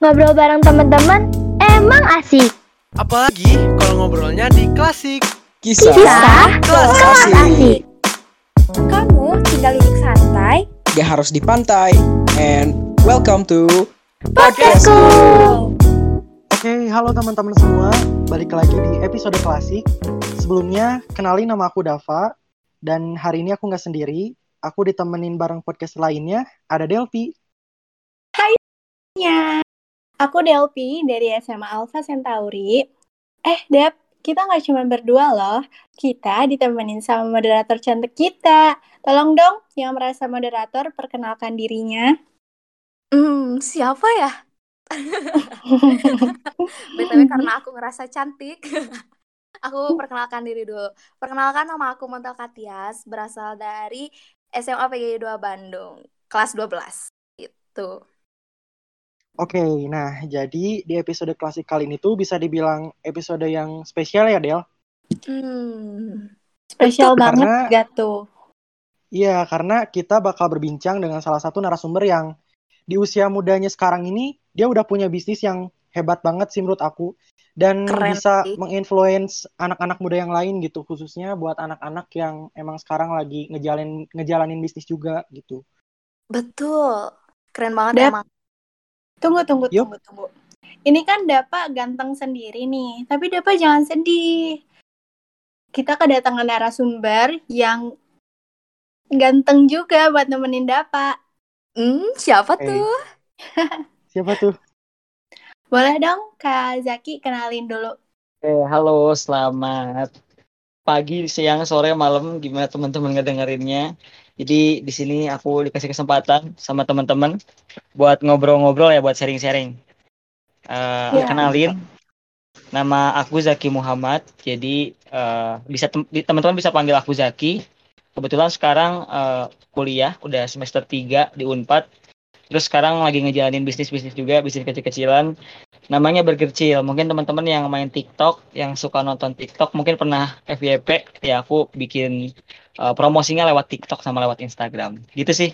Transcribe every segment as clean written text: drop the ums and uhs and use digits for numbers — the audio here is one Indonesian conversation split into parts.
Ngobrol bareng teman-teman emang asik. Apalagi kalau ngobrolnya di Klasik. Kisah Kelas asik. Kamu tinggal duduk santai. Gak harus di pantai. And welcome to Podcastku. Oke, halo teman-teman semua. Balik lagi di episode Klasik. Sebelumnya, kenalin nama aku Dava. Dan hari ini aku nggak sendiri. Aku ditemenin bareng podcast lainnya. Ada Delphi. Aku Delphi dari SMA Alpha Centauri. Dep, kita nggak cuma berdua loh. Kita ditemenin sama moderator cantik kita. Tolong dong, yang merasa moderator perkenalkan dirinya. Siapa ya? BTW karena aku ngerasa cantik. Aku perkenalkan diri dulu. Perkenalkan, nama aku Montel Katias, berasal dari SMA PGI 2 Bandung, kelas 12. Gitu. Oke, nah jadi di episode Klasik kali ini tuh bisa dibilang episode yang spesial ya, Del? Spesial Betul, banget karena- gak tuh? Iya, karena kita bakal berbincang dengan salah satu narasumber yang di usia mudanya sekarang ini, dia udah punya bisnis yang hebat banget sih menurut aku. Dan Keren bisa sih. menginfluence anak-anak muda yang lain gitu, khususnya buat anak-anak yang emang sekarang lagi ngejalanin bisnis juga gitu. Betul. Keren banget Dep. emang. Tunggu. Yup. Ini kan Dapa ganteng sendiri nih, tapi Dapa jangan sedih. Kita kedatangan narasumber yang ganteng juga buat nemenin Dapa. Siapa Oke. tuh? Siapa tuh? Boleh dong Kak Zaki kenalin dulu. halo, selamat pagi, siang, sore, malam, gimana teman-teman ngedengerinnya. Jadi di sini aku dikasih kesempatan sama teman-teman buat ngobrol-ngobrol ya, buat sharing-sharing. Ya. Kenalin, nama aku Zaki Muhammad. Jadi bisa teman-teman bisa panggil aku Zaki. Kebetulan sekarang kuliah udah semester 3 di Unpad. Terus sekarang lagi ngejalanin bisnis-bisnis juga, bisnis kecil-kecilan. Namanya Burger Chill. Mungkin teman-teman yang main TikTok, yang suka nonton TikTok, mungkin pernah FYP. Ya aku bikin promosinya lewat TikTok sama lewat Instagram. Gitu sih.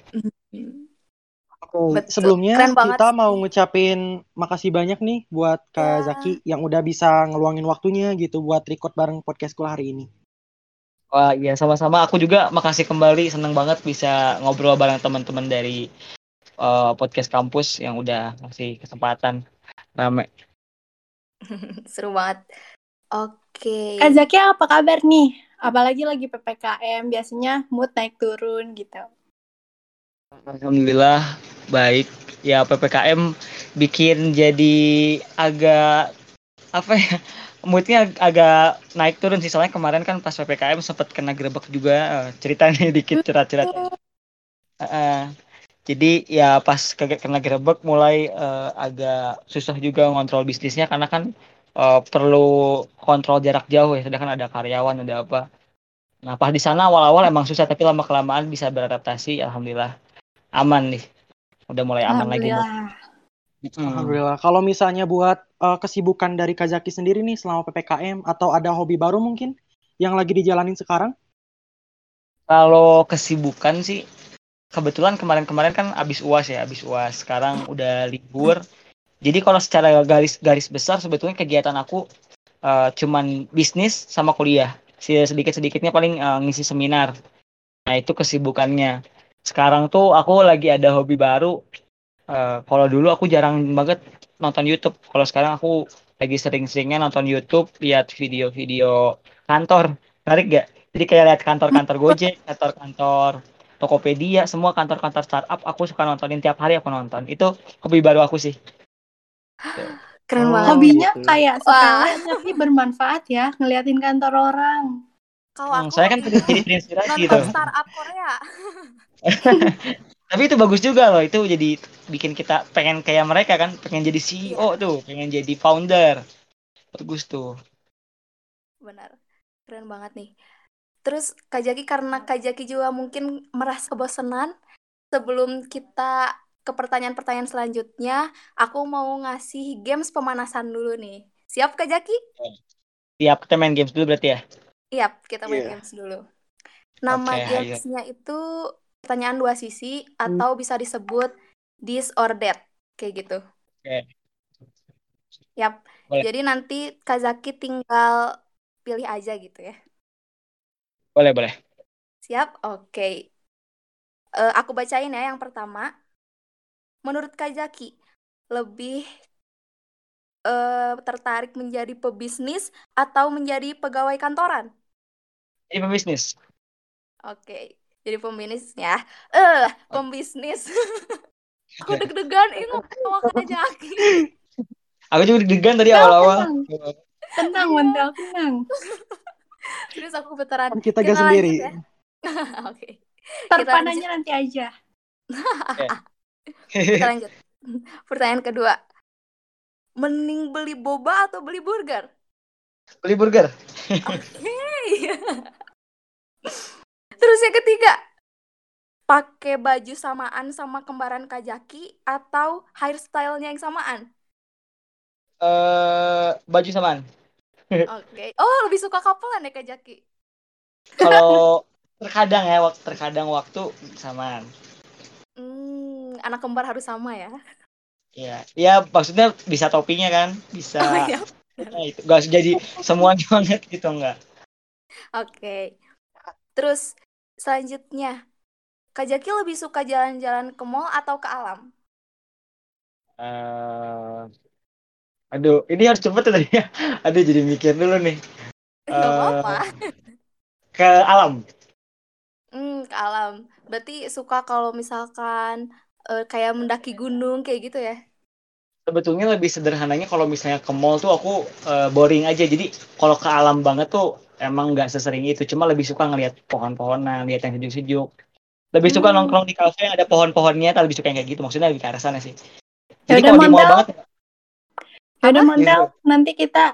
Oke, Betul. sebelumnya Keren banget kita sih. mau ngucapin makasih banyak nih buat Kak Ya. Zaki yang udah bisa ngeluangin waktunya gitu buat record bareng podcastku hari ini. Wah, iya sama-sama. Aku juga makasih kembali. Seneng banget bisa ngobrol bareng teman-teman dari podcast kampus yang udah ngasih kesempatan. Rame. Seru banget. Oke. Kak Zaki apa kabar nih? Apalagi lagi PPKM, biasanya mood naik turun gitu. Alhamdulillah baik. Ya PPKM bikin jadi agak apa ya? Moodnya agak naik turun sih, soalnya kemarin kan pas PPKM sempat kena grebek juga. Ceritanya dikit cerat-cerat. Jadi ya pas kena grebek mulai agak susah juga ngontrol bisnisnya karena kan perlu kontrol jarak jauh ya, sedangkan ada karyawan ada apa. Nah pas di sana awal-awal emang susah, tapi lama kelamaan bisa beradaptasi. Alhamdulillah aman nih, udah mulai aman lagi. Alhamdulillah. Alhamdulillah. Kalau misalnya buat kesibukan dari Kak Zaki sendiri nih selama PPKM atau ada hobi baru mungkin yang lagi dijalanin sekarang? Kalau kesibukan sih kebetulan kemarin-kemarin kan abis UAS ya, abis UAS sekarang udah libur. Jadi kalau secara garis besar sebetulnya kegiatan aku cuman bisnis sama kuliah. Sedikit-sedikitnya paling ngisi seminar. Nah itu kesibukannya. Sekarang tuh aku lagi ada hobi baru. Kalau dulu aku jarang banget nonton YouTube. Kalau sekarang aku lagi sering-seringnya nonton YouTube, lihat video-video kantor. Menarik gak? Jadi kayak lihat kantor-kantor Gojek, kantor-kantor Tokopedia, semua kantor-kantor startup aku suka nontonin, tiap hari aku nonton. Itu hobi baru aku sih. Tuh. Keren banget. Hobinya gitu. kayak Wah. sepele tapi bermanfaat ya, ngeliatin kantor orang. Kalau aku Saya kan hobinya jadi terinspirasi gitu. nonton startup Korea. Tapi itu bagus juga loh. Itu jadi bikin kita pengen kayak mereka kan, pengen jadi CEO Iya. tuh, pengen jadi founder. Bagus tuh. Benar. Keren banget nih. Terus Kak Jaki, karena Kak Jaki juga mungkin merasa kebosanan, sebelum kita ke pertanyaan-pertanyaan selanjutnya, aku mau ngasih games pemanasan dulu nih. Siap Kak Jaki? Tiap kita main games dulu berarti ya. Iya, kita main Iya. games dulu. Nama Oke, ayo. gamesnya itu pertanyaan dua sisi atau bisa disebut this or that, kayak gitu. Oke. Yap. Boleh. Jadi nanti Kazaki tinggal pilih aja gitu ya. Boleh. Siap? Oke. Aku bacain ya yang pertama. Menurut Kazaki, lebih tertarik menjadi pebisnis atau menjadi pegawai kantoran? Ini pebisnis. Oke. Jadi pembisnis ya. Pembisnis. Aku deg-degan ngomong sama Kazaki. Aku juga deg-degan tadi Mental awal-awal. tenang. Tenang, Iya. mental tenang. Terus aku veteran. Kan kita Kita gak lanjut sendiri. ya. Oke. Kita lanjut. Terpananya nanti aja. Oke. Kita lanjut. Pertanyaan kedua. Mending beli boba atau beli burger? Beli burger. Oke. Terus yang ketiga. Pakai baju samaan sama kembaran Kajaki atau hairstyle-nya yang samaan? Baju samaan. Oke. Oh, lebih suka kapelan ya Kajaki? Kalau terkadang waktu samaan. Anak kembar harus sama ya. Ya maksudnya bisa topinya kan, bisa. Oh iya. Nah, itu gak jadi semuanya banget gitu enggak. Oke. Terus selanjutnya, Kajaki lebih suka jalan-jalan ke mall atau ke alam? Eh, aduh, ini harus cepet ya tadi ya. Aduh, jadi mikir dulu nih. Gak Eh, apa-apa. ke alam. Ke alam. Berarti suka kalau misalkan kayak mendaki gunung kayak gitu ya? Sebetulnya lebih sederhananya kalau misalnya ke mall tuh aku boring aja. Jadi kalau ke alam banget tuh emang nggak sesering itu. Cuma lebih suka ngelihat pohon-pohonan, lihat yang sejuk-sejuk. Lebih suka Hmm, nongkrong di kafe yang ada pohon-pohonnya, tapi lebih suka yang kayak gitu. Maksudnya lebih ke arah sana sih. Ya Jadi udah kalau di mall Montel, banget, ya udah apa? Montel. gitu. Nanti kita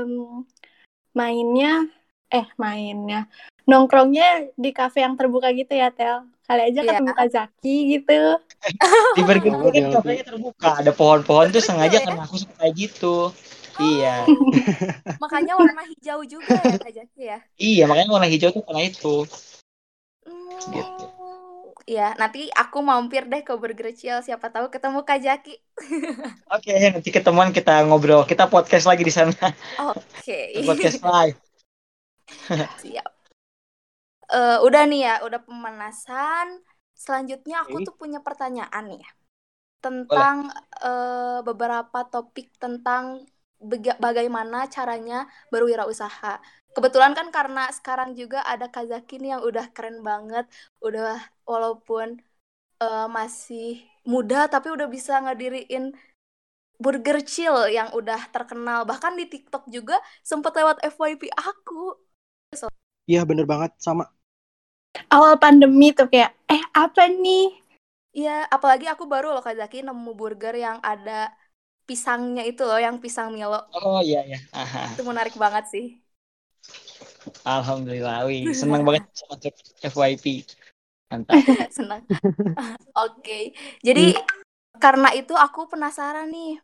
mainnya nongkrongnya di kafe yang terbuka gitu ya, Tel. Kali aja Iya, ketemu Kazaki gitu. Di Burger Halo King kan Delpi. kafenya terbuka, ada pohon-pohon tuh Burger Kill sengaja ya. karena aku suka kayak gitu. Iya, Oh, makanya warna hijau juga ya Kak Jaki ya? iya makanya warna hijau tuh karena itu, gitu. Ya, nanti aku mampir deh ke Burger Chill. Siapa tahu ketemu Kak Jaki. Oke, nanti ketemuan kita ngobrol, kita podcast lagi di sana, Oke, podcast live. siap. Udah nih ya, udah pemanasan. Selanjutnya aku Oke. tuh punya pertanyaan nih ya. Boleh. Tentang beberapa topik tentang bagaimana caranya berwirausaha. Kebetulan kan karena sekarang juga ada Kazaki nih yang udah keren banget, udah walaupun masih muda tapi udah bisa ngediriin Burger Chill yang udah terkenal. Bahkan di TikTok juga sempet lewat FYP aku. Iya bener banget sama. Awal pandemi tuh kayak, apa nih? Iya, apalagi aku baru loh Kazaki nemu burger yang ada pisangnya itu loh, yang pisang Milo. Oh iya ya. Aha. Itu menarik banget sih. Alhamdulillah, wih, senang banget sama FYP, mantap. Senang. Oke. Jadi karena itu aku penasaran nih,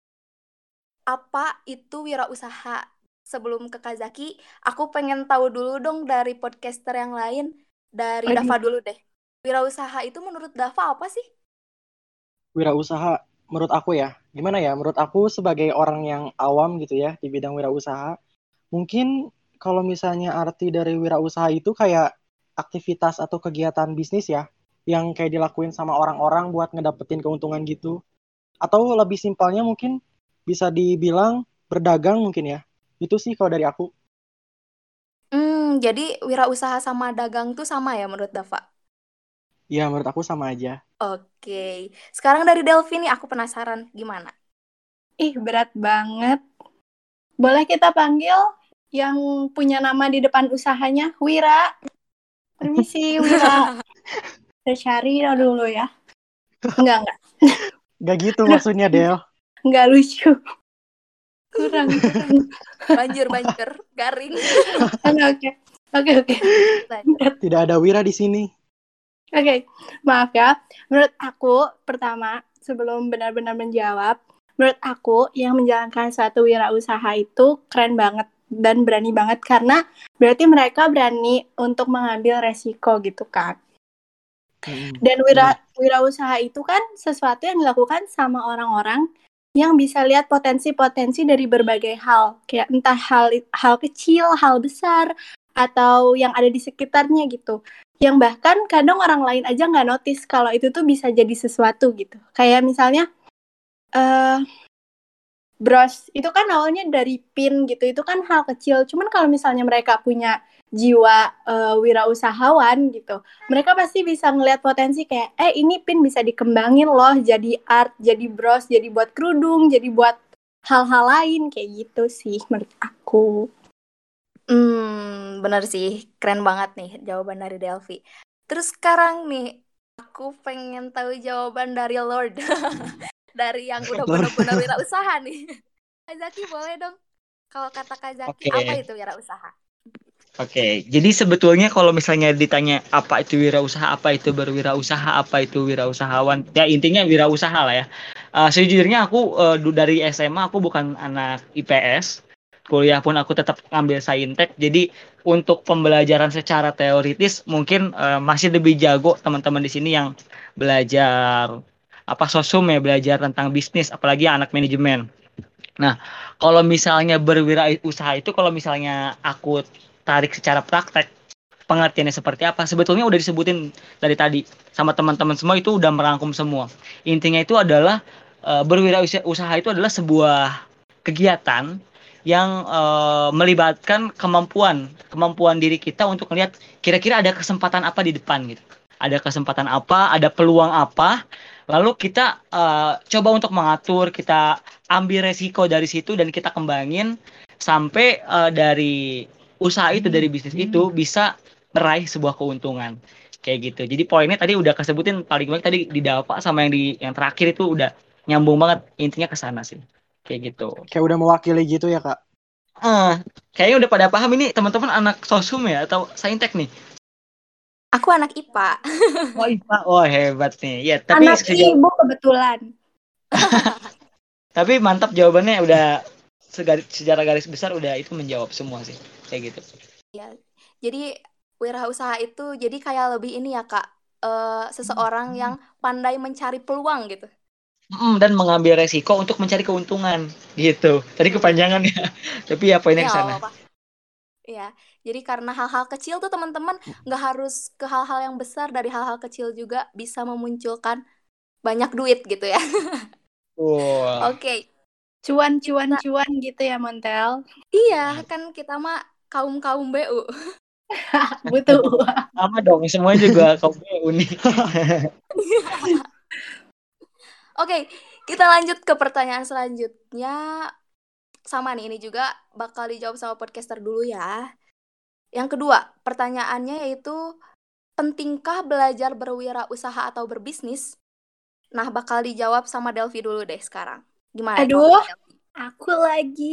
apa itu wirausaha? Sebelum ke Kazaki, aku pengen tahu dulu dong dari podcaster yang lain, dari Waduh, Dava dulu deh. Wirausaha itu menurut Dava apa sih? Wirausaha menurut aku ya. Gimana ya? Menurut aku sebagai orang yang awam gitu ya di bidang wirausaha, mungkin kalau misalnya arti dari wirausaha itu kayak aktivitas atau kegiatan bisnis ya, yang kayak dilakuin sama orang-orang buat ngedapetin keuntungan gitu. Atau lebih simpelnya mungkin bisa dibilang berdagang mungkin ya. Itu sih kalau dari aku. Jadi wirausaha sama dagang tuh sama ya menurut Dava? Ya menurut aku sama aja. Oke. Sekarang dari Delvi nih aku penasaran gimana? ih berat banget. Boleh kita panggil yang punya nama di depan usahanya, Wira. Permisi, Wira. Saya cari dulu ya. Enggak. Gak gitu maksudnya, Del. Enggak lucu. Kurang. Banjir, garing. Oke. Tidak ada Wira di sini. Oke, maaf ya. Menurut aku, pertama, sebelum benar-benar menjawab, menurut aku yang menjalankan suatu wirausaha itu keren banget dan berani banget karena berarti mereka berani untuk mengambil resiko gitu kan. Dan Benar. wirausaha itu kan sesuatu yang dilakukan sama orang-orang yang bisa lihat potensi-potensi dari berbagai hal, kayak entah hal kecil, hal besar, atau yang ada di sekitarnya gitu. Yang bahkan kadang orang lain aja nggak notice kalau itu tuh bisa jadi sesuatu gitu. Kayak misalnya bros itu kan awalnya dari pin gitu, itu kan hal kecil. Cuman kalau misalnya mereka punya jiwa wirausahawan gitu, mereka pasti bisa ngelihat potensi kayak ini pin bisa dikembangin loh jadi art, jadi bros, jadi buat kerudung, jadi buat hal-hal lain kayak gitu sih menurut aku. Bener sih, keren banget nih jawaban dari Delvi. Terus sekarang nih, aku pengen tahu jawaban dari Lord. Dari yang udah Lord. benar-benar wirausaha nih. Kak Zaki boleh dong. Kalau kata Kak Zaki, Oke. apa itu wirausaha? Oke, jadi sebetulnya kalau misalnya ditanya apa itu wirausaha, apa itu berwirausaha, apa itu wirausahawan, ya intinya wirausaha lah ya. Sejujurnya aku dari SMA aku bukan anak IPS, kuliah pun aku tetap ngambil saintek. Jadi untuk pembelajaran secara teoritis mungkin masih lebih jago teman-teman di sini yang belajar sosum ya, belajar tentang bisnis, apalagi yang anak manajemen. Nah, kalau misalnya berwirausaha itu kalau misalnya aku tarik secara praktek, pengertiannya seperti apa? Sebetulnya udah disebutin dari tadi sama teman-teman semua, itu udah merangkum semua. Intinya itu adalah berwirausaha itu adalah sebuah kegiatan yang melibatkan kemampuan diri kita untuk melihat kira-kira ada kesempatan apa di depan gitu. Ada kesempatan apa, ada peluang apa, lalu kita coba untuk mengatur, kita ambil resiko dari situ dan kita kembangin sampai dari usaha itu, dari bisnis itu bisa meraih sebuah keuntungan kayak gitu. Jadi poinnya tadi udah kesebutin paling banyak tadi di Dava, sama yang terakhir itu udah nyambung banget, intinya ke sana sih kayak gitu. Kayak udah mewakili gitu ya, Kak. Kayaknya udah pada paham ini teman-teman anak sosum ya atau saintek nih. Aku anak IPA. Oh IPA, oh hebat nih ya. Tapi Anak ibu kebetulan. tapi mantap jawabannya, udah secara garis besar udah itu menjawab semua sih kayak gitu. Ya, jadi wirausaha itu jadi kayak lebih ini ya Kak, seseorang yang pandai mencari peluang gitu. Dan mengambil resiko untuk mencari keuntungan gitu. Tadi kepanjangan ya. Tapi ya poinnya Ya ke nggak sana. apa-apa. Ya, jadi karena hal-hal kecil tuh teman-teman nggak harus ke hal-hal yang besar, dari hal-hal kecil juga bisa memunculkan banyak duit gitu ya. Wah. Oke, Cuan gitu ya Montel. iya kan kita mah kaum BU. Butuh. Sama dong, semuanya juga unik. Oke, kita lanjut ke pertanyaan selanjutnya. Sama nih, ini juga bakal dijawab sama podcaster dulu ya. Yang kedua, pertanyaannya yaitu, pentingkah belajar berwirausaha atau berbisnis? Nah, bakal dijawab sama Delvi dulu deh sekarang. Gimana kalau Aduh, kata Delvi? aku lagi.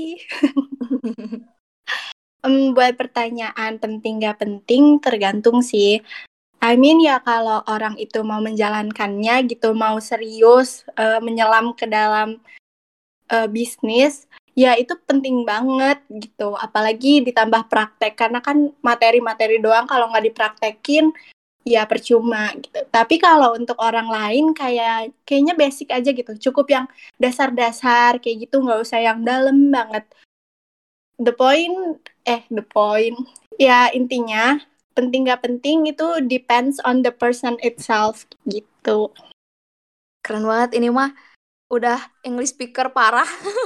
Buat pertanyaan penting gak penting tergantung sih. I mean ya kalau orang itu mau menjalankannya gitu, mau serius menyelam ke dalam bisnis, ya itu penting banget gitu. Apalagi ditambah praktek, karena kan materi-materi doang kalau nggak dipraktekin ya percuma gitu. Tapi kalau untuk orang lain kayaknya basic aja gitu. Cukup yang dasar-dasar kayak gitu, nggak usah yang dalam banget. The point. Ya intinya penting gak penting itu depends on the person itself gitu. Keren banget, ini mah udah English speaker parah.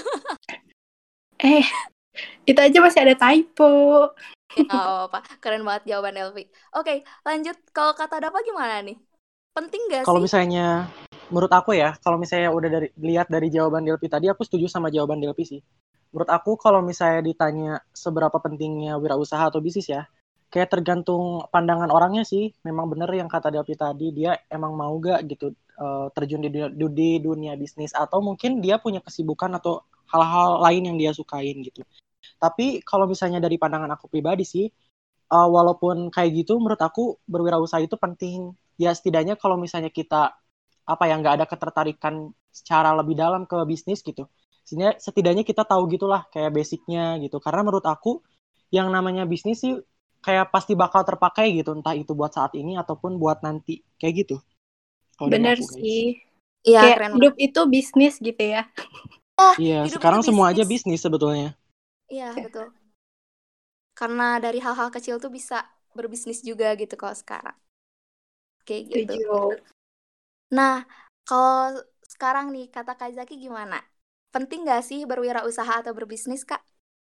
Itu aja masih ada typo. Ya nggak apa-apa, keren banget jawaban Delvi. Oke, lanjut. Kalau kata Dava gimana nih? Penting gak Kalau sih? misalnya menurut aku ya, kalau misalnya udah lihat dari jawaban Delpi tadi, aku setuju sama jawaban Delpi sih. Menurut aku kalau misalnya ditanya seberapa pentingnya wirausaha atau bisnis ya, kayak tergantung pandangan orangnya sih. Memang bener yang kata Delpi tadi, dia emang mau gak gitu terjun di dunia bisnis, atau mungkin dia punya kesibukan atau hal-hal lain yang dia sukain gitu. Tapi kalau misalnya dari pandangan aku pribadi sih, walaupun kayak gitu, menurut aku berwirausaha itu penting. Ya setidaknya kalau misalnya kita nggak ada ketertarikan secara lebih dalam ke bisnis gitu, setidaknya kita tahu gitulah kayak basicnya gitu. Karena menurut aku yang namanya bisnis sih kayak pasti bakal terpakai gitu, entah itu buat saat ini ataupun buat nanti kayak gitu. Kalau dari Bener aku, guys. sih. Iya, Kayak keren hidup banget. itu bisnis gitu ya. Iya, hidup itu sekarang semua aja bisnis. bisnis sebetulnya. Iya, betul. Karena dari hal-hal kecil tuh bisa berbisnis juga gitu kalau sekarang. Kayak gitu. Setuju. Nah, kalau sekarang nih, kata Kak Zaki gimana? Penting nggak sih berwirausaha atau berbisnis, Kak?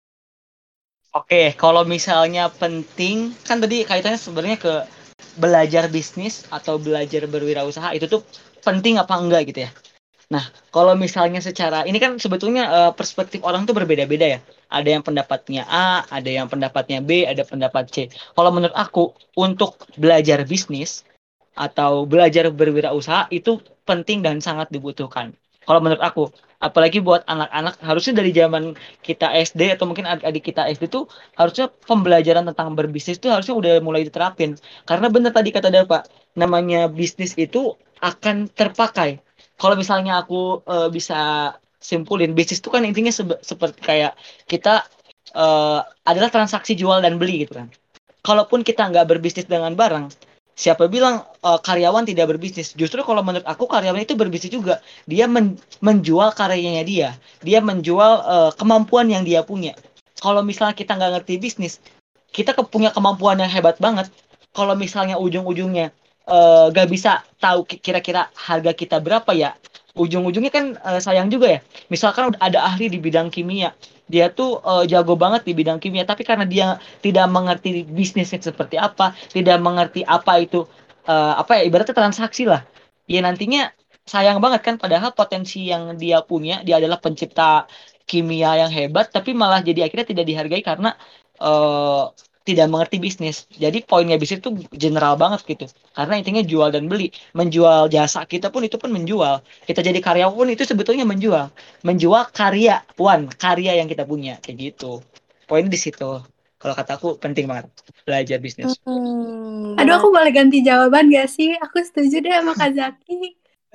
Oke, kalau misalnya penting, kan tadi kaitannya sebenarnya ke belajar bisnis atau belajar berwirausaha itu tuh penting apa enggak gitu ya. Nah, kalau misalnya secara ini kan sebetulnya perspektif orang tuh berbeda-beda ya. Ada yang pendapatnya A, ada yang pendapatnya B, ada pendapat C. Kalau menurut aku untuk belajar bisnis atau belajar berwirausaha itu penting dan sangat dibutuhkan. Kalau menurut aku, apalagi buat anak-anak harusnya dari zaman kita SD atau mungkin adik-adik kita SD tuh harusnya pembelajaran tentang berbisnis itu harusnya udah mulai diterapin. Karena benar tadi kata Dava, namanya bisnis itu akan terpakai. Kalau misalnya aku bisa simpulin, bisnis itu kan intinya seperti kayak kita eh, adalah transaksi jual dan beli gitu kan. Kalaupun kita nggak berbisnis dengan barang, siapa bilang karyawan tidak berbisnis? Justru kalau menurut aku karyawan itu berbisnis juga. Dia menjual karyanya dia menjual kemampuan yang dia punya. Kalau misalnya kita nggak ngerti bisnis, kita punya kemampuan yang hebat banget. Kalau misalnya ujung-ujungnya nggak bisa tahu kira-kira harga kita berapa ya, ujung-ujungnya kan sayang juga ya. Misalkan udah ada ahli di bidang kimia, dia tuh jago banget di bidang kimia, tapi karena dia tidak mengerti bisnisnya seperti apa, tidak mengerti apa itu apa ya ibaratnya transaksi lah. Ya nantinya sayang banget kan padahal potensi yang dia punya, dia adalah pencipta kimia yang hebat tapi malah jadi akhirnya tidak dihargai karena eh, tidak mengerti bisnis. Jadi poinnya bisnis itu general banget gitu. Karena intinya jual dan beli. Menjual jasa kita pun itu pun menjual. Kita jadi karyawan pun itu sebetulnya menjual. Menjual karya yang kita punya kayak gitu. Poinnya di situ. Kalau kataku penting banget belajar bisnis. Aduh, Benar. aku boleh ganti jawaban gak sih? Aku setuju deh sama Kak Zaki.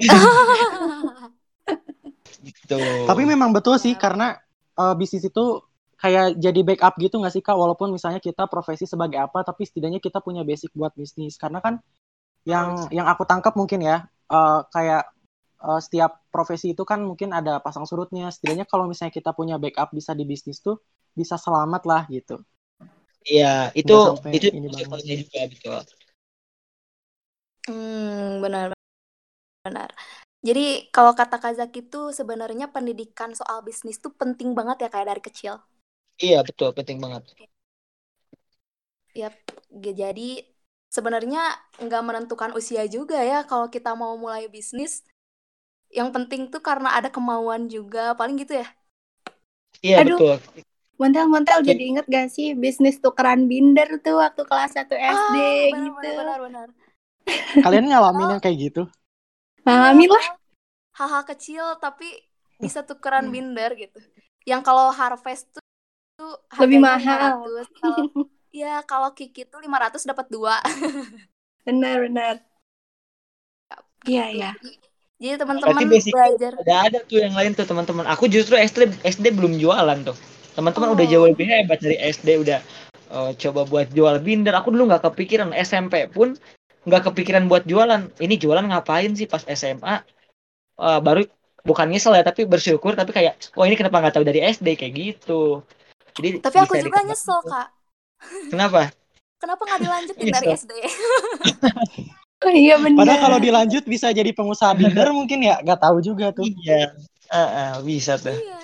Gitu. Tapi memang betul sih Benar, benar. karena bisnis itu kayak jadi backup gitu nggak sih Kak? Walaupun misalnya kita profesi sebagai apa, tapi setidaknya kita punya basic buat bisnis. Karena kan yang aku tangkap mungkin ya kayak setiap profesi itu kan mungkin ada pasang surutnya. Setidaknya kalau misalnya kita punya backup bisa di bisnis tuh bisa selamat lah gitu. Iya, itu Nggak sampai itu ini banget. poinnya juga betul. Benar, benar. Jadi kalau kata Kak Zaki itu sebenarnya pendidikan soal bisnis tuh penting banget ya kayak dari kecil. Iya, betul, penting banget. Yap, jadi sebenarnya nggak menentukan usia juga ya kalau kita mau mulai bisnis. Yang penting tuh karena ada kemauan juga, paling gitu ya. Iya, Aduh, betul. montel-montel jadi inget gak sih bisnis tukeran binder tuh waktu kelas 1 SD Benar, gitu. benar, benar, benar. Kalian ngalamin Padahal, yang kayak gitu? iya, Ngalamin lah. padahal hal-hal kecil tapi bisa tukeran binder gitu. Yang kalau Harvest tuh Lebih harganya mahal. 500. Kalau ya kalau Kiki tuh 500 dapat 2 Benar-benar. Iya, gitu. ya. Jadi Berarti teman-teman basicnya belajar. ada tuh yang lain tuh teman-teman. Aku justru SD belum jualan tuh. Teman-teman udah jauh Oh, lebih hebat dari SD udah coba buat jual binder. Aku dulu nggak kepikiran SMP pun nggak kepikiran buat jualan. Ini jualan ngapain sih pas SMA? Baru bukan nyesel ya tapi bersyukur tapi kayak wah ini kenapa nggak tahu dari SD kayak gitu. Jadi tapi aku bisa juga ditebak nyesel, gitu. Kak. Kenapa? Kenapa nggak dilanjutin dari Nyesel. SD? Oh, iya Padahal kalau benar. dilanjut bisa jadi pengusaha binder mungkin ya, nggak tahu juga tuh. Iya. Bisa tuh. Iya.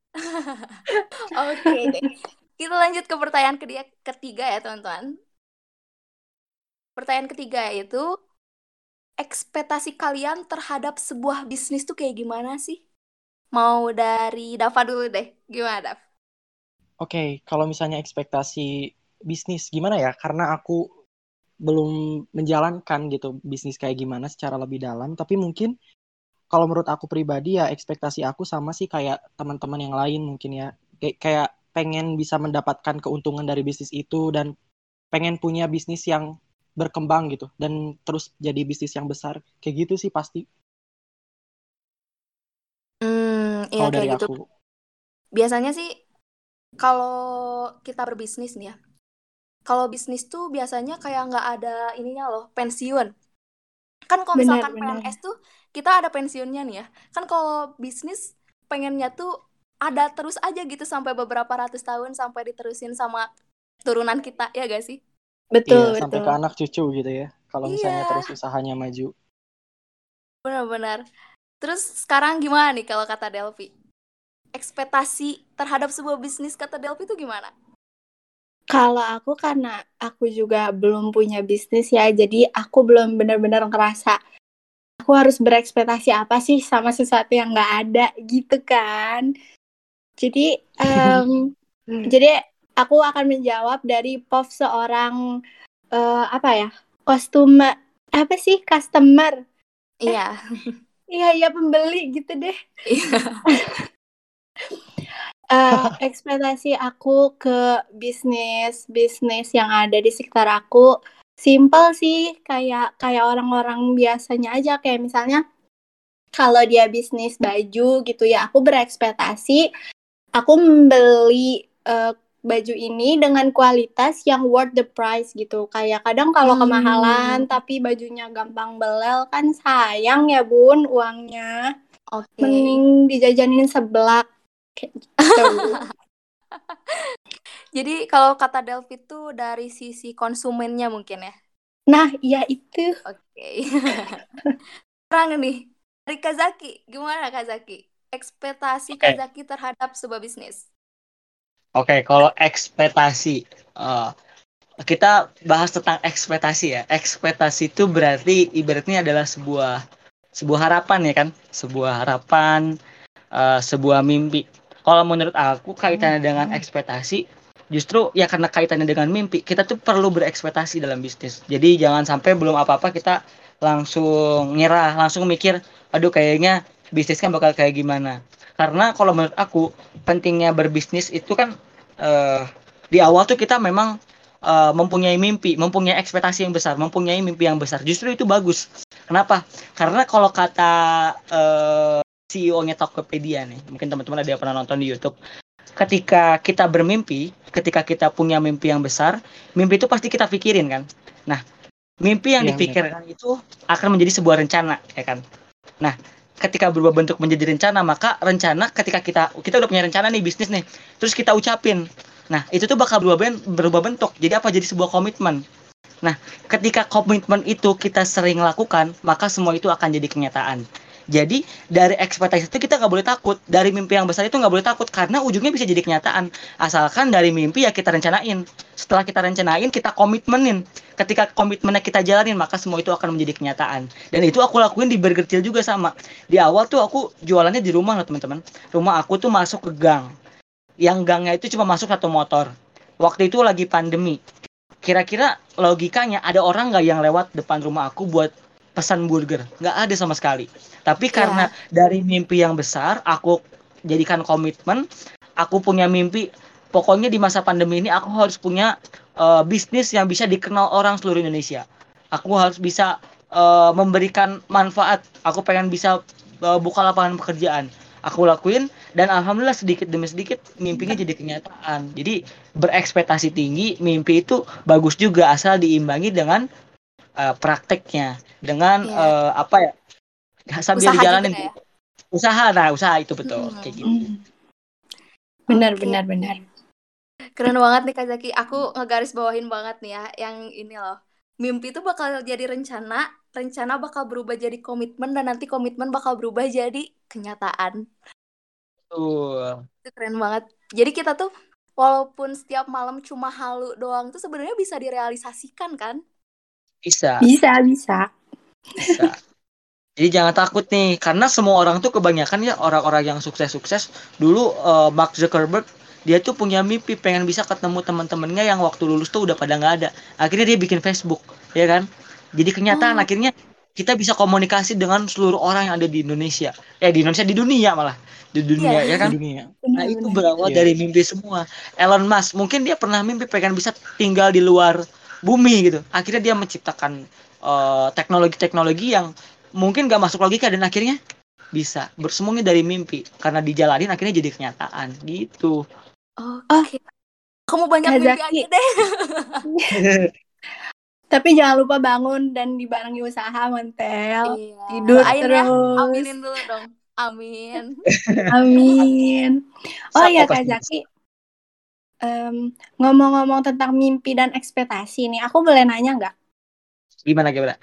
Oke deh. Kita lanjut ke pertanyaan ketiga ya, teman-teman. Pertanyaan ketiga yaitu, ekspektasi kalian terhadap sebuah bisnis tuh kayak gimana sih? Mau dari Dava dulu deh. Gimana, Dav? Oke, kalau misalnya ekspektasi bisnis gimana ya? Karena aku belum menjalankan gitu bisnis kayak gimana secara lebih dalam, tapi mungkin kalau menurut aku pribadi ya ekspektasi aku sama sih kayak teman-teman yang lain mungkin ya. Kayak pengen bisa mendapatkan keuntungan dari bisnis itu dan pengen punya bisnis yang berkembang gitu dan terus jadi bisnis yang besar. Kayak gitu sih pasti Iya kalau kayak dari gitu. aku. Biasanya sih kalau kita berbisnis nih ya, kalau bisnis tuh biasanya kayak nggak ada ininya loh, pensiun. Kan kalau misalkan Benar-benar. PNS tuh kita ada pensiunnya nih ya. Kan kalau bisnis pengennya tuh ada terus aja gitu sampai beberapa ratus tahun sampai diterusin sama turunan kita, ya gak sih? Betul, Iya, sampai ke betul. anak cucu gitu ya. Kalau misalnya Iya, terus usahanya maju. benar-benar. Terus sekarang gimana nih kalau kata Delphi? Ekspektasi terhadap sebuah bisnis kata Delphi itu gimana? Kalau aku karena aku juga belum punya bisnis ya, jadi aku belum benar-benar ngerasa aku harus berekspektasi apa sih sama sesuatu yang nggak ada gitu kan. Jadi, jadi aku akan menjawab dari POV seorang apa ya, customer apa sih customer? Iya. Iya pembeli gitu deh. Ekspektasi aku ke bisnis yang ada di sekitar aku simple sih, kayak orang-orang biasanya aja, kayak misalnya kalau dia bisnis baju gitu ya, aku berekspektasi aku membeli baju ini dengan kualitas yang worth the price gitu. Kayak kadang kalau kemahalan tapi bajunya gampang belel kan sayang ya Bun uangnya. Oke. Mending dijajanin seblak kayak gitu. Jadi kalau kata Delphi itu dari sisi konsumennya mungkin ya. Nah, iya itu. Oke. Sekarang nih, dari Kazaki, gimana Kazaki? Ekspektasi Oke, Kazaki terhadap sebuah bisnis. oke. Kalau ekspektasi, eh, kita bahas tentang ekspektasi ya. Ekspektasi itu berarti ibaratnya adalah sebuah harapan ya kan, sebuah harapan, sebuah mimpi. Kalau menurut aku kaitannya dengan ekspektasi, justru ya karena kaitannya dengan mimpi, kita tuh perlu berekspektasi dalam bisnis. Jadi jangan sampai belum apa-apa kita langsung nyerah, langsung mikir, aduh kayaknya bisnis kan bakal kayak gimana. Karena kalau menurut aku pentingnya berbisnis itu kan eh, di awal tuh kita memang mempunyai mimpi, mempunyai ekspektasi yang besar, mempunyai mimpi yang besar. Justru itu bagus. Kenapa? Karena kalau kata CEO-nya Tokopedia nih, mungkin teman-teman ada yang pernah nonton di YouTube. Ketika kita bermimpi, ketika kita punya mimpi yang besar, mimpi itu pasti kita pikirin kan. Nah, mimpi yang Iya, benar. dipikirkan itu akan menjadi sebuah rencana, ya kan. Nah, ketika berubah bentuk menjadi rencana, maka rencana ketika kita udah punya rencana nih bisnis nih, terus kita ucapin. Nah, itu tuh bakal berubah bentuk. Jadi apa? Jadi sebuah komitmen. Nah, ketika komitmen itu kita sering lakukan, maka semua itu akan jadi kenyataan. Jadi, dari ekspektasi itu kita nggak boleh takut. Dari mimpi yang besar itu nggak boleh takut, karena ujungnya bisa jadi kenyataan. Asalkan dari mimpi ya kita rencanain. Setelah kita rencanain, kita komitmenin. Ketika komitmennya kita jalanin, maka semua itu akan menjadi kenyataan. Dan itu aku lakuin di Burger Chill juga sama. Di awal tuh aku jualannya di rumah loh teman-teman. Rumah aku tuh masuk ke gang. Yang gangnya itu cuma masuk satu motor. Waktu itu lagi pandemi. Kira-kira logikanya ada orang nggak yang lewat depan rumah aku buat pesan burger? Nggak ada sama sekali. Tapi karena Iya. dari mimpi yang besar, aku jadikan komitmen, aku punya mimpi, pokoknya di masa pandemi ini aku harus punya bisnis yang bisa dikenal orang seluruh Indonesia. Aku harus bisa memberikan manfaat. Aku pengen bisa buka lapangan pekerjaan. Aku lakuin dan alhamdulillah sedikit demi sedikit mimpinya jadi kenyataan. Jadi berekspektasi tinggi, mimpi itu bagus juga asal diimbangi dengan prakteknya, dengan Iya. apa ya, sambil Usaha juga dijalanin ya. usaha. Nah, usaha itu betul kayak Mm-mm. gitu. Benar, Oke. benar, benar. Keren banget nih Kazaki. Aku ngegaris bawahin banget nih ya yang ini loh. Mimpi itu bakal jadi rencana, rencana bakal berubah jadi komitmen dan nanti komitmen bakal berubah jadi kenyataan. Betul. Itu keren banget. Jadi kita tuh walaupun setiap malam cuma halu doang tuh sebenarnya bisa direalisasikan kan? Bisa, Bisa, bisa. bisa. Jadi jangan takut nih, karena semua orang tuh kebanyakan ya orang-orang yang sukses-sukses dulu Mark Zuckerberg dia tuh punya mimpi pengen bisa ketemu teman-temannya yang waktu lulus tuh udah pada nggak ada. Akhirnya dia bikin Facebook, ya kan? Jadi kenyataan Oh, akhirnya kita bisa komunikasi dengan seluruh orang yang ada di Indonesia. Di Indonesia di dunia malah di dunia, ya Di kan? dunia. Nah Benar, itu benar. berawal Iya. dari mimpi semua. Elon Musk mungkin dia pernah mimpi pengen bisa tinggal di luar bumi gitu. Akhirnya dia menciptakan teknologi-teknologi yang mungkin gak masuk logika dan akhirnya bisa bersemuanya dari mimpi karena dijalanin akhirnya jadi kenyataan gitu. Oh, oke. Kamu banyak mimpi aja Kazaki. deh. Tapi jangan lupa bangun dan dibarengi usaha, Montel. Iya, Tidur doain ya. terus. Aminin dulu dong. Amin. Amin. Oh Siapa ya Kak pasti. Zaki, ngomong-ngomong tentang mimpi dan ekspektasi nih, aku boleh nanya nggak? Gimana gimana?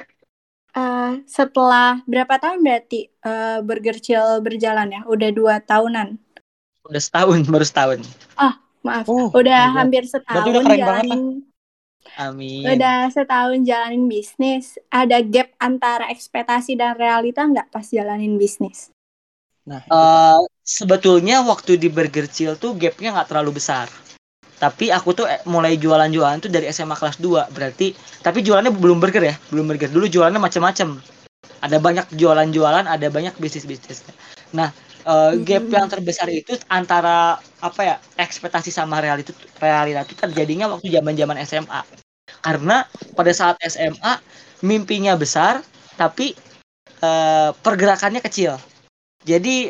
Setelah berapa tahun berarti Burger Chill berjalan ya? Udah 2 tahunan. Udah setahun, baru setahun. Oh, maaf. Oh Udah my God. hampir Berarti udah setahun keren banget lah. Amin. Udah setahun jalanin bisnis. Ada gap antara ekspektasi dan realita nggak pas jalanin bisnis? Nah, Sebetulnya waktu di Burger Chill tuh gapnya nggak terlalu besar. Tapi aku tuh mulai jualan-jualan tuh dari SMA kelas 2. Berarti, tapi jualannya belum burger ya. Belum burger. Dulu jualannya macam-macam. Ada banyak jualan-jualan, ada banyak bisnis-bisnis. Nah, gap yang terbesar itu antara apa ya, ekspektasi sama realita itu terjadinya waktu zaman-zaman SMA. Karena pada saat SMA mimpinya besar, tapi pergerakannya kecil. Jadi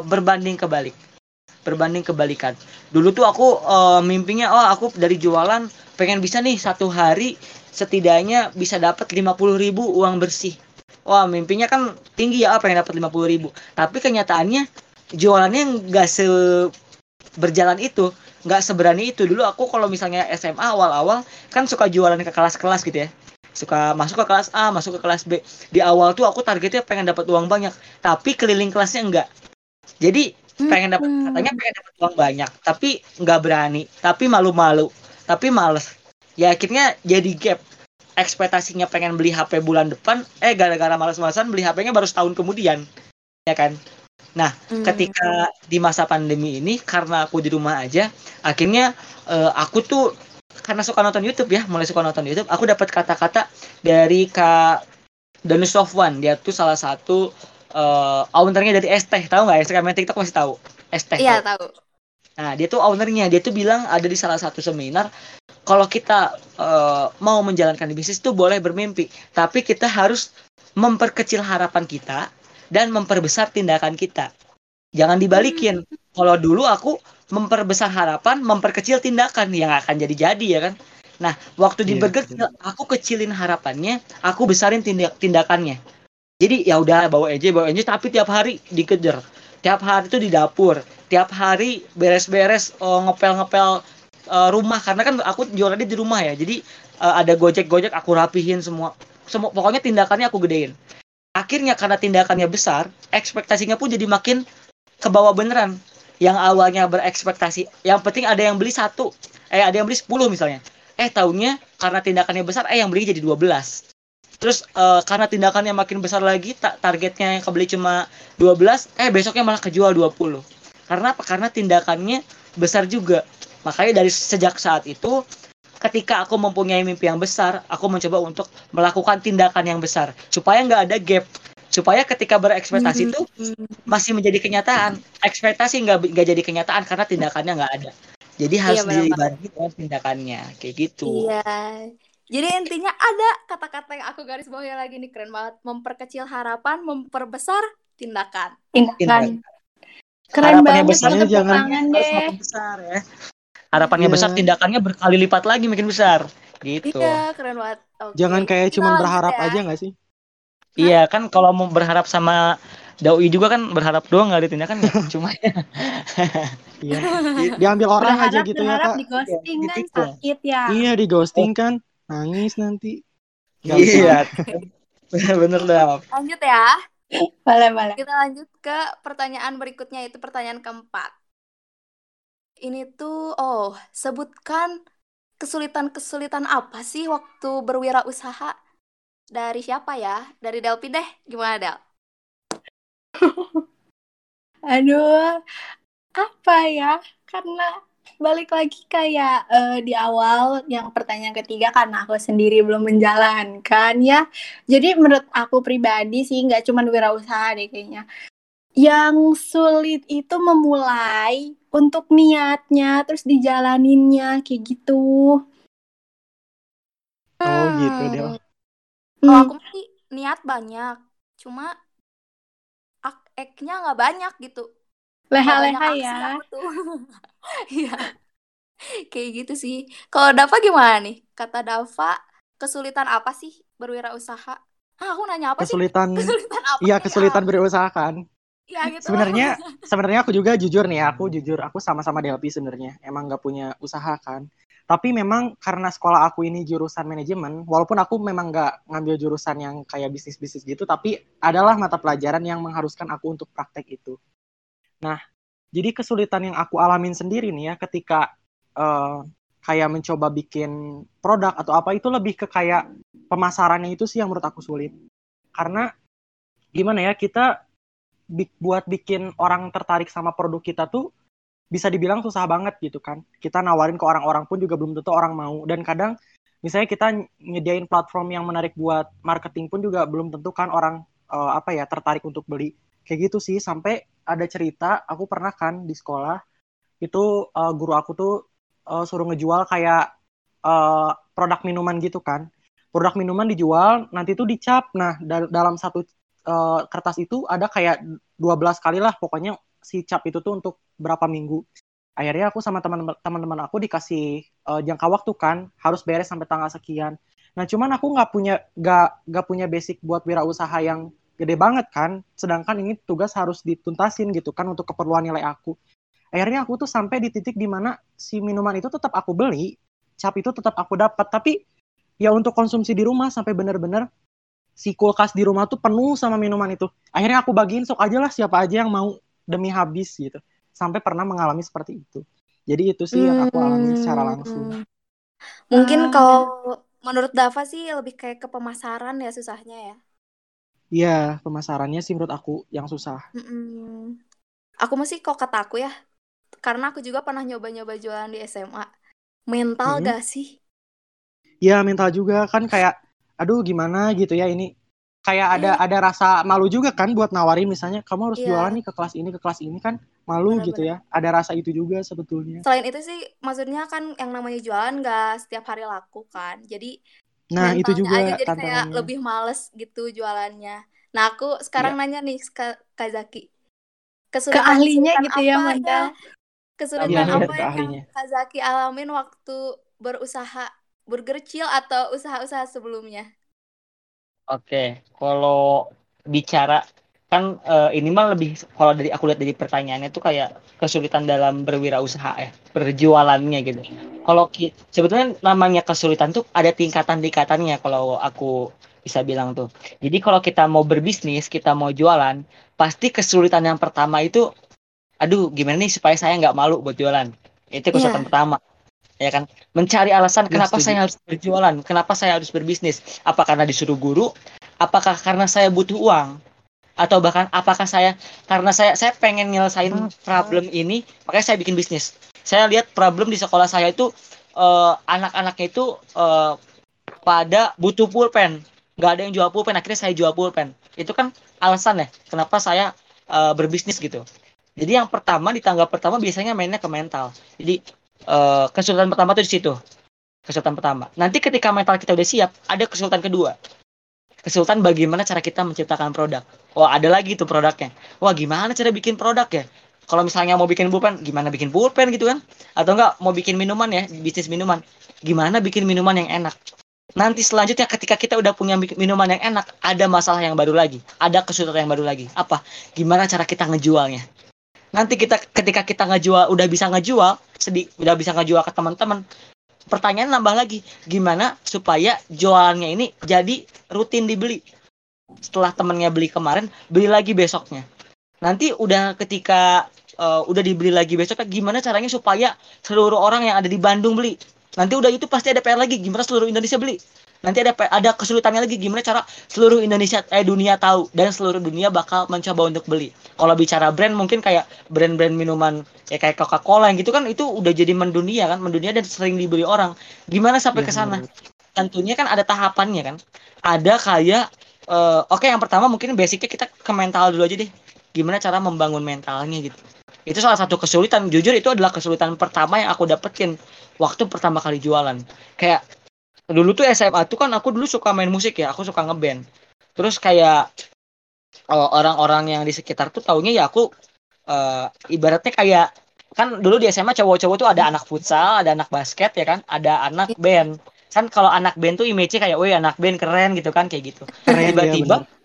berbanding kebalikan. Dulu tuh aku mimpinya, aku dari jualan pengen bisa nih satu hari setidaknya bisa dapat 50.000 uang bersih. Wah, mimpinya kan tinggi ya, pengen dapat 50.000. Tapi kenyataannya jualannya nggak berjalan itu, nggak seberani itu. Dulu aku kalau misalnya SMA awal-awal kan suka jualan ke kelas-kelas gitu ya, suka masuk ke kelas A, masuk ke kelas B. Di awal tuh aku targetnya pengen dapat uang banyak, tapi keliling kelasnya enggak. Jadi katanya pengen dapat uang banyak, tapi nggak berani, tapi malu-malu, tapi males. Ya akhirnya jadi gap. Ekspektasinya pengen beli HP bulan depan, gara-gara males-malesan beli HP-nya baru setahun kemudian, ya kan? Nah, ketika di masa pandemi ini, karena aku di rumah aja, akhirnya aku tuh karena suka nonton YouTube ya, mulai suka nonton YouTube, aku dapat kata-kata dari Kak Danus Sofwan. Dia tuh salah satu ownernya dari ST, tahu nggak? Instagram TikTok masih tahu. ST Iya, tahu. tahu. Nah, dia tuh ownernya, dia tuh bilang ada di salah satu seminar, kalau kita mau menjalankan bisnis tuh boleh bermimpi, tapi kita harus memperkecil harapan kita dan memperbesar tindakan kita. Jangan dibalikin. Kalau dulu aku memperbesar harapan, memperkecil tindakan, yang akan jadi-jadi ya kan. Nah, waktu di Iya, Burger betul. aku kecilin harapannya, aku besarin tindakannya. Jadi ya udah bawa aja, tapi tiap hari dikejar. Tiap hari itu di dapur, tiap hari beres-beres ngepel-ngepel rumah, karena kan aku jualannya di rumah ya. Jadi ada gojek-gojek aku rapihin semua. Semua pokoknya tindakannya aku gedein. Akhirnya karena tindakannya besar, ekspektasinya pun jadi makin ke bawah beneran. Yang awalnya berekspektasi, yang penting ada yang beli satu, ada yang beli 10 misalnya. Tahunnya karena tindakannya besar, yang beli jadi 12. Terus karena tindakannya makin besar lagi, targetnya yang kebeli cuma 12, besoknya malah kejual 20. Karena apa? Karena tindakannya besar juga. Makanya dari sejak saat itu, ketika aku mempunyai mimpi yang besar, aku mencoba untuk melakukan tindakan yang besar supaya nggak ada gap, supaya ketika berekspektasi itu masih menjadi kenyataan. Ekspektasi nggak jadi kenyataan karena tindakannya nggak ada. Jadi Iya, harus benar-benar. dibarengi dengan tindakannya, kayak gitu. Iya. Jadi intinya ada kata-kata yang aku garis bawahi lagi nih, keren banget. Memperkecil harapan, memperbesar tindakan. Tindakan. Keren Harapannya banget, besar, Pokoknya tepuk jangan tangan harus deh. makin besar ya. Harapannya besar, ya tindakannya berkali lipat lagi makin besar. Gitu. Iya, keren banget. Oke, jangan kayak kita cuman lanjut berharap ya. aja nggak sih? Hah? Iya kan, kalau mau berharap sama doi juga kan berharap doang, nggak ada tindakan ya. Cuma Iya. Diambil orang aja gitu ya, Berharap Kak. di ghosting kan dipikul. sakit ya. Iya, di ghosting kan. Nangis nanti. Nggak Iya, bercanda. bener-bener dah. Lanjut ya. Boleh. Kita lanjut ke pertanyaan berikutnya, itu pertanyaan keempat. Ini tuh, sebutkan kesulitan-kesulitan apa sih waktu berwirausaha? Dari siapa ya? Dari Delpi deh. Gimana, Del? Aduh, apa ya? Karena balik lagi kayak di awal yang pertanyaan ketiga, karena aku sendiri belum menjalankan ya. Jadi menurut aku pribadi sih nggak cuma wirausaha deh kayaknya. Yang sulit itu memulai untuk niatnya terus dijalaninnya kayak gitu. Oh gitu, Del. Kalau aku sih niat banyak, cuma act-nya nggak banyak gitu. Nggak banyak Leha-leha aksi ya. aku tuh. Iya, kayak gitu sih. Kalau Dava gimana nih? Kata Dava, kesulitan apa sih berwirausaha? Aku nanya apa sih? Kesulitan, Kesulitan apa iya sih? kesulitan berusaha kan. Ya gitu lah. Sebenarnya aku juga jujur nih ya, aku sama-sama Delpi sebenarnya. Emang nggak punya usaha kan. Tapi memang karena sekolah aku ini jurusan manajemen, walaupun aku memang nggak ngambil jurusan yang kayak bisnis-bisnis gitu, tapi adalah mata pelajaran yang mengharuskan aku untuk praktek itu. Nah, jadi kesulitan yang aku alamin sendiri nih ya ketika eh, kayak mencoba bikin produk atau apa itu lebih ke kayak pemasarannya itu sih yang menurut aku sulit. Karena gimana ya, kita buat bikin orang tertarik sama produk kita tuh bisa dibilang susah banget gitu kan. Kita nawarin ke orang-orang pun juga belum tentu orang mau. Dan kadang misalnya kita nyediain platform yang menarik buat marketing pun juga belum tentu kan orang apa ya tertarik untuk beli. Kayak gitu sih. Sampai ada cerita aku pernah kan di sekolah itu guru aku tuh suruh ngejual kayak produk minuman gitu kan. Produk minuman dijual, nanti tuh dicap. Nah, dalam satu kertas itu ada kayak 12 kali lah pokoknya si cap itu tuh untuk berapa minggu. Akhirnya aku sama teman-teman aku dikasih jangka waktu kan, harus beres sampai tanggal sekian. Nah, cuman aku nggak punya basic buat wirausaha yang gede banget kan, sedangkan ini tugas harus dituntasin gitu kan untuk keperluan nilai aku. Akhirnya aku tuh sampai di titik dimana si minuman itu tetap aku beli, cap itu tetap aku dapat, tapi ya untuk konsumsi di rumah sampai benar-benar si kulkas di rumah tuh penuh sama minuman itu. Akhirnya aku bagiin sok aja lah siapa aja yang mau demi habis gitu. Sampai pernah mengalami seperti itu. Jadi itu sih yang aku alami secara langsung. Mungkin kalau menurut Dava sih lebih kayak ke pemasaran ya susahnya ya. Iya, pemasarannya sih menurut aku yang susah. Mm-mm. Aku masih kok kata aku ya, karena aku juga pernah nyoba-nyoba jualan di SMA. Mental Mm-mm. gak sih? Ya mental juga kan kayak, aduh gimana gitu ya ini. Kayak ada Iya, ada rasa malu juga kan buat nawarin misalnya kamu harus jualan iya, nih ke kelas ini kan malu gitu benar-benar. ya. Ada rasa itu juga sebetulnya. Selain itu sih, maksudnya kan yang namanya jualan gak setiap hari laku kan. Jadi Nah, itu mentalnya juga aja jadi kayak tantangannya. lebih males gitu jualannya. Nah, aku sekarang Iya. nanya nih Kak Zaki, Ke ahlinya kesulitan-kesulitan gitu ya apa ya? mental. Iya, Kesulitan Amin. bener apa ke yang ahlinya. Kak Zaki alamin waktu berusaha burger Chill atau usaha-usaha sebelumnya? Oke, kalau bicara kan ini mah lebih kalau dari aku lihat dari pertanyaannya tuh kayak kesulitan dalam berwirausaha ya, berjualannya gitu. Kalau sebetulnya namanya kesulitan tuh ada tingkatan-tingkatannya kalau aku bisa bilang tuh. Jadi kalau kita mau berbisnis, kita mau jualan, pasti kesulitan yang pertama itu, aduh gimana nih supaya saya nggak malu buat jualan. Itu kesulitan Iya, pertama ya kan, mencari alasan Ya, kenapa setuju. saya harus berjualan, kenapa saya harus berbisnis, apa karena disuruh guru, apakah karena saya butuh uang, atau bahkan apakah karena saya pengen nyelesain problem ini makanya saya bikin bisnis. Saya lihat problem di sekolah saya itu anak-anaknya itu pada butuh pulpen, nggak ada yang jual pulpen, akhirnya saya jual pulpen. Itu kan alasan ya kenapa saya berbisnis gitu. Jadi yang pertama, di tangga pertama biasanya mainnya ke mental. Jadi kesulitan pertama tuh di situ, kesulitan pertama. Nanti ketika mental kita udah siap, ada kesulitan kedua. Kesulitan bagaimana cara kita menciptakan produk. Wah, ada lagi tuh produknya. Wah, gimana cara bikin produk ya? Kalau misalnya mau bikin pulpen, gimana bikin pulpen gitu kan? Atau enggak mau bikin minuman ya, bisnis minuman. Gimana bikin minuman yang enak? Nanti selanjutnya ketika kita udah punya minuman yang enak, ada masalah yang baru lagi. Ada kesulitan yang baru lagi. Apa? Gimana cara kita ngejualnya? Nanti ketika kita ngejual, udah bisa ngejual ke teman-teman, pertanyaan nambah lagi, gimana supaya jualannya ini jadi rutin dibeli. Setelah temennya beli kemarin, beli lagi besoknya. Nanti udah ketika udah dibeli lagi besoknya, gimana caranya supaya seluruh orang yang ada di Bandung beli. Nanti udah itu pasti ada PR lagi, gimana seluruh Indonesia beli. Nanti ada kesulitannya lagi, gimana cara seluruh dunia tahu dan seluruh dunia bakal mencoba untuk beli. Kalau bicara brand mungkin kayak brand-brand minuman ya kayak Coca-Cola yang gitu kan, itu udah jadi mendunia dan sering dibeli orang. Gimana sampai Iya, ke sana? bener. Tentunya kan ada tahapannya kan. Ada kayak oke, yang pertama mungkin basicnya kita ke mental dulu aja deh. Gimana cara membangun mentalnya gitu. Itu salah satu kesulitan. Jujur itu adalah kesulitan pertama yang aku dapetin waktu pertama kali jualan. Kayak dulu tuh SMA tuh kan aku dulu suka main musik ya, aku suka ngeband. Terus kayak orang-orang yang di sekitar tuh taunya ya aku ibaratnya kayak, kan dulu di SMA cowok-cowok tuh ada anak futsal, ada anak basket ya kan, ada anak band. Kan kalau anak band tuh image-nya kayak, wih anak band keren gitu kan, kayak gitu. Keren ya, Tiba-tiba bener.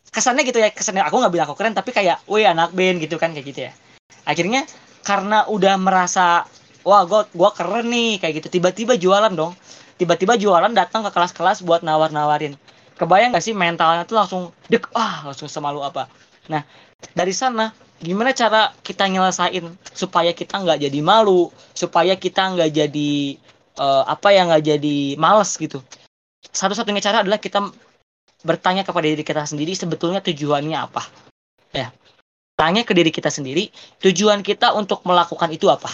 kesannya gitu ya, kesannya aku nggak bilang aku keren tapi kayak wih anak band gitu kan, kayak gitu ya. Akhirnya karena udah merasa wah gua keren nih kayak gitu, tiba-tiba jualan dong, tiba-tiba jualan datang ke kelas-kelas buat nawar-nawarin. Kebayang nggak sih mentalnya tuh langsung langsung semalu apa. Nah dari sana gimana cara kita nyelesain supaya kita nggak jadi malu, supaya kita nggak jadi nggak jadi males gitu. Satu-satunya cara adalah kita bertanya kepada diri kita sendiri sebetulnya tujuannya apa. Ya, tanya ke diri kita sendiri, tujuan kita untuk melakukan itu apa.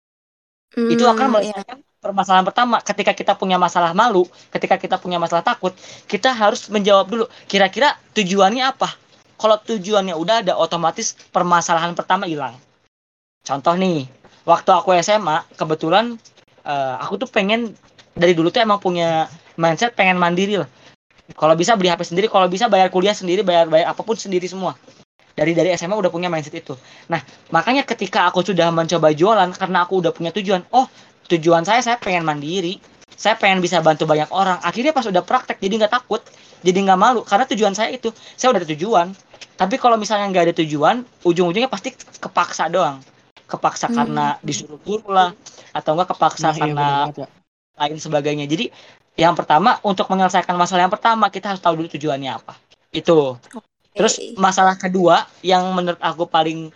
Itu akan Iya. menyelesaikan permasalahan pertama. Ketika kita punya masalah malu, ketika kita punya masalah takut, kita harus menjawab dulu, kira-kira tujuannya apa. Kalau tujuannya udah ada, otomatis permasalahan pertama hilang. Contoh nih, waktu aku SMA, kebetulan aku tuh pengen, dari dulu tuh emang punya mindset pengen mandiri lah. Kalau bisa beli HP sendiri, kalau bisa bayar kuliah sendiri, bayar apapun sendiri semua. Dari SMA udah punya mindset itu. Nah, makanya ketika aku sudah mencoba jualan, karena aku udah punya tujuan. Oh, tujuan saya pengen mandiri. Saya pengen bisa bantu banyak orang. Akhirnya pas udah praktek, jadi nggak takut. Jadi nggak malu. Karena tujuan saya itu. Saya udah ada tujuan. Tapi kalau misalnya nggak ada tujuan, ujung-ujungnya pasti kepaksa doang. Kepaksa karena disuruh guru lah. Atau nggak kepaksa Nah, iya benar karena banget ya. lain sebagainya. Jadi yang pertama, untuk menyelesaikan masalah yang pertama, kita harus tahu dulu tujuannya apa. Itu. Terus Oke. masalah kedua yang menurut aku paling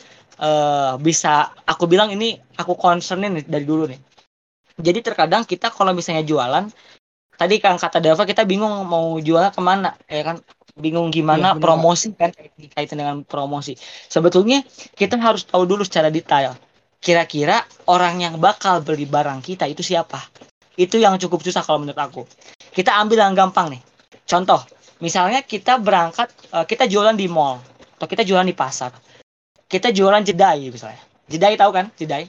bisa aku bilang ini aku concernin nih dari dulu nih. Jadi terkadang kita kalau misalnya jualan, tadi kan kata Dava kita bingung mau jualnya kemana, ya kan? Bingung Iya gimana benar Kak. promosi kan, kaitan dengan promosi. Sebetulnya kita harus tahu dulu secara detail. Kira-kira orang yang bakal beli barang kita itu siapa? Itu yang cukup susah kalau menurut aku. Kita ambil yang gampang nih. Contoh, misalnya kita berangkat, kita jualan di mall atau kita jualan di pasar. Kita jualan jedai misalnya. Jedai tahu kan? Jedai.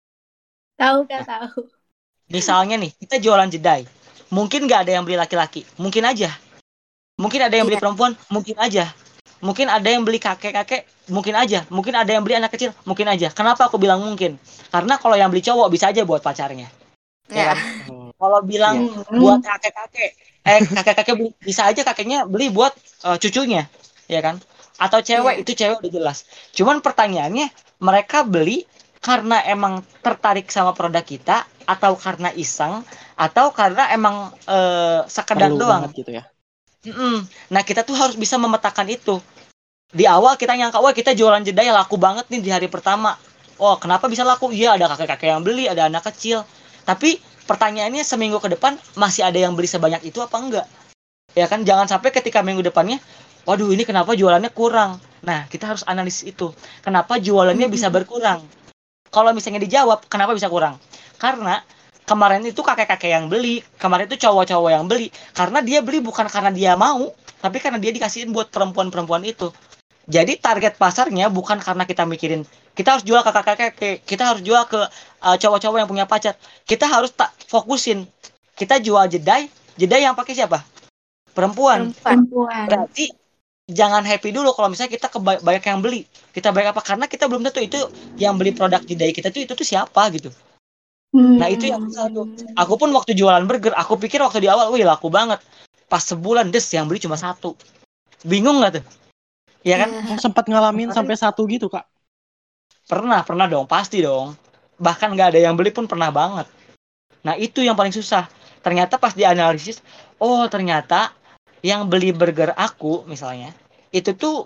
Tahu Kak, tahu. Misalnya nih, kita jualan jedai. Mungkin nggak ada yang beli laki-laki. Mungkin aja. Mungkin ada yang beli Iya. perempuan. Mungkin aja. Mungkin ada yang beli kakek-kakek. Mungkin aja. Mungkin ada yang beli anak kecil. Mungkin aja. Kenapa aku bilang mungkin? Karena kalau yang beli cowok bisa aja buat pacarnya. Ya Ya. kan? Kalau bilang Iya. buat kakek-kakek, kakek-kakek beli, bisa aja kakeknya beli buat cucunya, ya kan? Atau cewek, Iya. itu cewek udah jelas. Cuman pertanyaannya, mereka beli karena emang tertarik sama produk kita, atau karena iseng, atau karena emang sekedar Perlu doang. banget gitu ya. Nah, kita tuh harus bisa memetakan itu. Di awal kita nyangka, wah kita jualan jedai laku banget nih di hari pertama. Oh, kenapa bisa laku? Iya, ada kakek-kakek yang beli, ada anak kecil. Tapi pertanyaannya seminggu ke depan masih ada yang beli sebanyak itu apa enggak? Ya kan, jangan sampai ketika minggu depannya, waduh ini kenapa jualannya kurang. Nah, kita harus analisis itu. Kenapa jualannya bisa berkurang? Kalau misalnya dijawab, kenapa bisa kurang? Karena kemarin itu kakek-kakek yang beli, kemarin itu cowok-cowok yang beli. Karena dia beli bukan karena dia mau, tapi karena dia dikasihin buat perempuan-perempuan itu. Jadi target pasarnya bukan karena kita mikirin kita harus jual ke kakek-kakek, kita harus jual ke cowok-cowok yang punya pacar. Kita harus tak fokusin. Kita jual jedai, jedai yang pakai siapa? Perempuan. Perempuan. Berarti jangan happy dulu kalau misalnya kita banyak yang beli. Kita banyak apa? Karena kita belum tentu itu yang beli produk jedai kita tuh itu tuh siapa gitu. Nah itu yang susah tuh. Aku pun waktu jualan burger, aku pikir waktu di awal, wih laku banget. Pas sebulan des yang beli cuma satu. Bingung nggak tuh? Ya kan? Iya. Oh, sempat ngalamin sampai satu gitu Kak. Pernah dong, pasti dong. Bahkan nggak ada yang beli pun pernah banget. Nah itu yang paling susah. Ternyata pas dianalisis, oh ternyata yang beli burger aku misalnya, itu tuh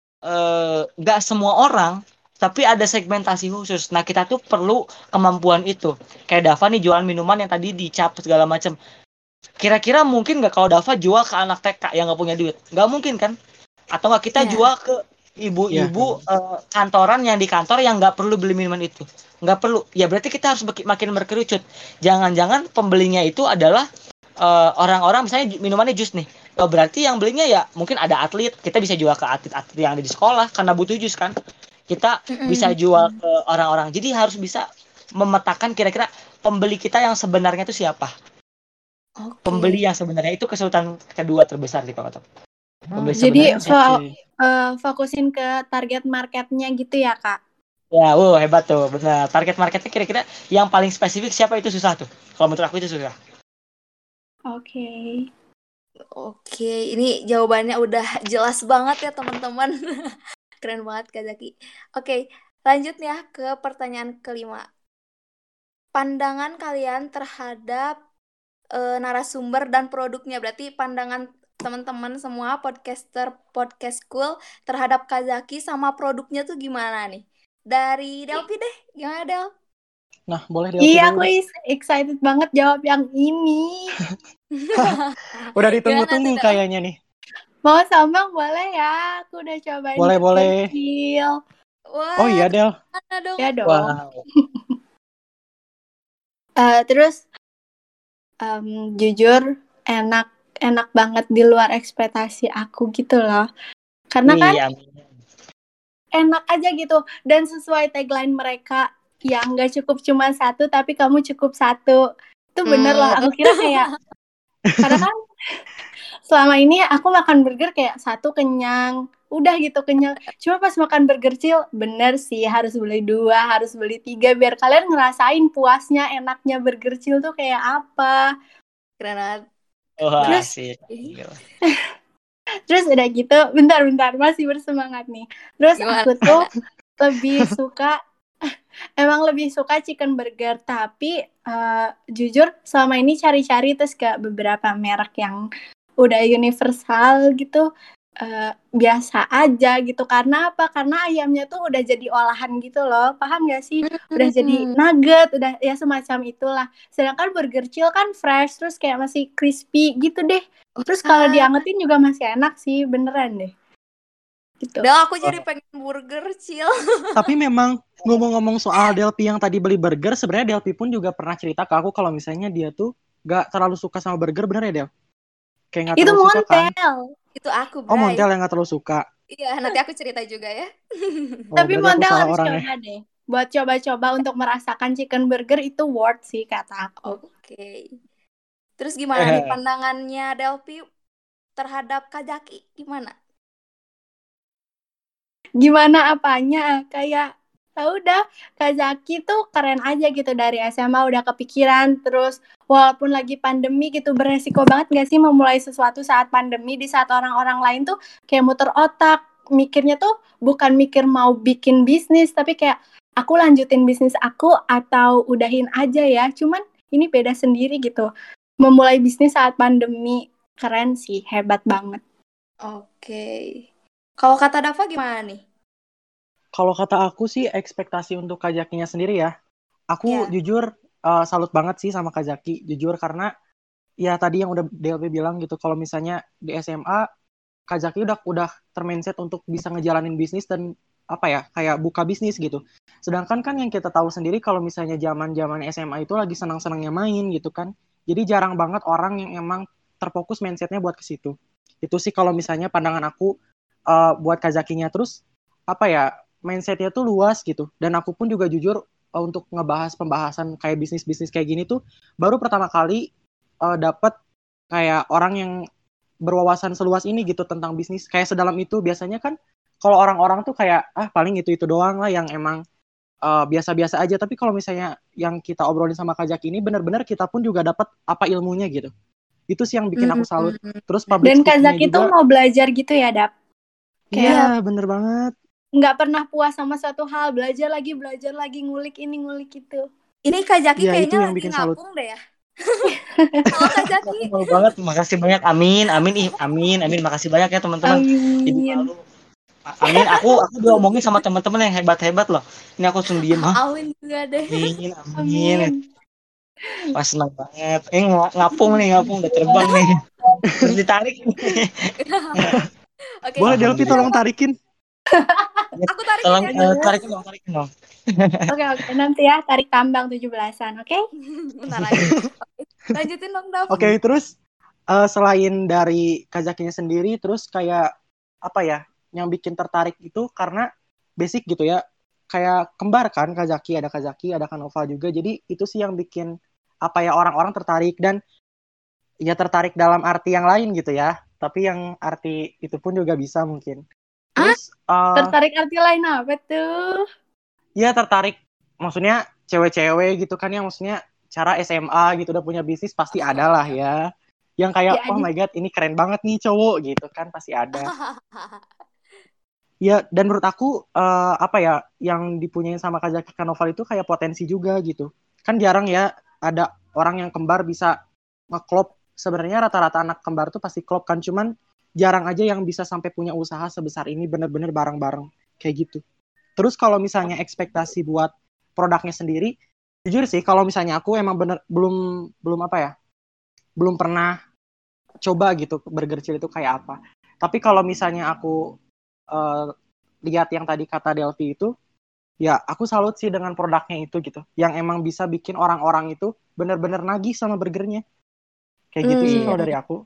nggak semua orang, tapi ada segmentasi khusus. Nah kita tuh perlu kemampuan itu. Kayak Dava nih jualan minuman yang tadi dicap segala macam. Kira-kira mungkin nggak kalau Dava jual ke anak TK yang nggak punya duit? Nggak mungkin kan? Atau nggak kita Iya. jual ke Iya. ibu-ibu kantoran yang di kantor yang nggak perlu beli minuman itu, nggak perlu. Ya berarti kita harus makin berkerucut. Jangan-jangan pembelinya itu adalah orang-orang misalnya minumannya jus nih. Oh, berarti yang belinya ya mungkin ada atlet. Kita bisa jual ke atlet-atlet yang ada di sekolah karena butuh jus kan. Kita bisa jual ke orang-orang. Jadi harus bisa memetakan kira-kira pembeli kita yang sebenarnya itu siapa. Oke. Pembeli yang sebenarnya itu kesulitan kedua terbesar di kota. Pembeli Jadi sebenarnya fokusin ke target marketnya gitu ya Kak? ya, hebat tuh, benar. Target marketnya kira-kira yang paling spesifik siapa itu susah tuh. Kalau menurut aku itu susah. Oke. Oke, ini jawabannya udah jelas banget ya teman-teman. Keren banget Kak Zaki. Oke, lanjut ya ke pertanyaan kelima. Pandangan kalian terhadap narasumber dan produknya. Berarti pandangan teman-teman semua podcaster podcast school terhadap Kak Zaki sama produknya tuh gimana nih? Dari Delphi deh, gimana Del? Nah, boleh Delphi Iya, dulu aku deh. excited banget jawab yang ini. Udah Gimana tuh ditunggu-tunggu Del? kayaknya nih. Mau sombong boleh ya? Aku udah cobain Boleh, dari boleh. kecil. Oh Wah, iya, Del. gimana dong? Ya dong. Wow. Terus jujur enak banget di luar ekspektasi aku gitu loh. Karena kan Wih, amin. enak aja gitu dan sesuai tagline mereka yang nggak cukup cuma satu tapi kamu cukup satu. Itu bener loh. Aku kira kayak karena kan selama ini aku makan burger kayak satu kenyang, udah gitu kenyang. Cuma pas makan burger chill, bener sih harus beli 2, harus beli 3 biar kalian ngerasain puasnya, enaknya burger chill tuh kayak apa. Keren banget. Wah, Terus asik. terus udah gitu, bentar masih bersemangat nih. Terus Gimana? aku tuh lebih suka emang lebih suka chicken burger tapi jujur selama ini cari-cari terus ke beberapa merek yang udah universal gitu biasa aja gitu. Karena apa? Karena ayamnya tuh udah jadi olahan gitu loh, paham gak sih? Udah jadi nugget, udah ya semacam itulah. Sedangkan burger chill kan fresh terus kayak masih crispy gitu deh. Terus kalau diangetin juga masih enak sih, beneran deh. Gitu. Del, aku jadi pengen burger chill. Tapi memang ngomong-ngomong soal Delphi yang tadi beli burger, sebenarnya Delphi pun juga pernah cerita ke aku kalau misalnya dia tuh gak terlalu suka sama burger, bener ya Del? Kayak gak Itu terlalu suka kan? Montel. Itu aku, Oh, Bray. Montel yang gak terlalu suka. Iya, nanti aku cerita juga ya. Oh, Tapi berarti aku Montel salah harus orang ya. coba deh. Buat coba-coba untuk merasakan chicken burger itu worth sih kata aku. Oke. Terus gimana nih pandangannya Delphi terhadap Kak Zaki? Gimana? Gimana apanya? Kayak udah Kak Zaki tuh keren aja gitu dari SMA udah kepikiran terus walaupun lagi pandemi gitu beresiko banget gak sih memulai sesuatu saat pandemi di saat orang-orang lain tuh kayak muter otak mikirnya tuh bukan mikir mau bikin bisnis tapi kayak aku lanjutin bisnis aku atau udahin aja ya cuman ini beda sendiri gitu memulai bisnis saat pandemi keren sih hebat banget. Oke. Kalau kata Dava gimana nih? Kalau kata aku sih ekspektasi untuk Kak Zakinya sendiri ya. Aku Ya. jujur salut banget sih sama Kak Zaki. Jujur karena ya tadi yang udah DLP bilang gitu. Kalau misalnya di SMA Kak Zaki udah termindset untuk bisa ngejalanin bisnis dan apa ya kayak buka bisnis gitu. Sedangkan kan yang kita tahu sendiri kalau misalnya zaman SMA itu lagi senang-senangnya main gitu kan. Jadi jarang banget orang yang emang terfokus mindsetnya buat ke situ. Itu sih kalau misalnya pandangan aku buat Kak Zakinya terus apa ya mindsetnya tuh luas gitu. Dan aku pun juga jujur untuk ngebahas pembahasan kayak bisnis-bisnis kayak gini tuh baru pertama kali dapat kayak orang yang berwawasan seluas ini gitu tentang bisnis kayak sedalam itu. Biasanya kan kalau orang-orang tuh kayak paling itu doang lah yang emang biasa-biasa aja. Tapi kalau misalnya yang kita obrolin sama Kak Jaki ini benar-benar kita pun juga dapat apa ilmunya gitu. Itu sih yang bikin aku salut. Terus public Dan Kak speakingnya Zaki tuh juga mau belajar gitu ya Dap iya bener banget. nggak pernah puas sama suatu hal belajar lagi ngulik ini ngulik itu. Ini Kak Zaki Iya itu kayaknya yang lagi bikin salut. ngapung deh ya. Halo Kak Zaki. Aku malu banget. Makasih banyak. Amin. Makasih banyak ya teman-teman. Jadi malu. Amin. Aku diomongin sama teman-teman yang hebat-hebat loh. Ini aku langsung diem. Amin juga deh. Amin. Wah, senang banget. Ngapung udah terbang nih. Terus ditarik. Oke. Boleh Delphi tolong tarikin. Aku tarikin Tolong ya. tarikin dong. Oke, nanti ya tarik tambang 17-an, oke? Bentar lagi. Oke. Lanjutin dong, Dav. Oke, terus selain dari Kazakinya sendiri, terus kayak apa ya, yang bikin tertarik itu karena basic gitu ya, kayak kembar kan Kazaki, ada Kanova juga, jadi itu sih yang bikin apa ya orang-orang tertarik dan ya tertarik dalam arti yang lain gitu ya, tapi yang arti itu pun juga bisa mungkin. Terus Tertarik arti lain apa tuh? ya tertarik, maksudnya cewek-cewek gitu kan ya, maksudnya cara SMA gitu udah punya bisnis pasti ada lah ya. yang kayak Ya, oh my god ini keren banget nih cowok gitu kan pasti ada. Ya, dan menurut aku apa ya yang dipunyain sama Kajaki Kanoval itu kayak potensi juga gitu. Kan jarang ya ada orang yang kembar bisa ngeklop. Sebenarnya rata-rata anak kembar tuh pasti klop kan, cuman jarang aja yang bisa sampai punya usaha sebesar ini bener-bener bareng-bareng kayak gitu. Terus kalau misalnya ekspektasi buat produknya sendiri, jujur sih kalau misalnya aku emang bener belum belum apa ya, belum pernah coba gitu burger chill itu kayak apa. Tapi kalau misalnya aku eh, lihat yang tadi kata Delphi itu, ya aku salut sih dengan produknya itu gitu. Yang emang bisa bikin orang-orang itu bener-bener nagih sama burgernya. Kayak gitu sih Iya. kalau dari aku.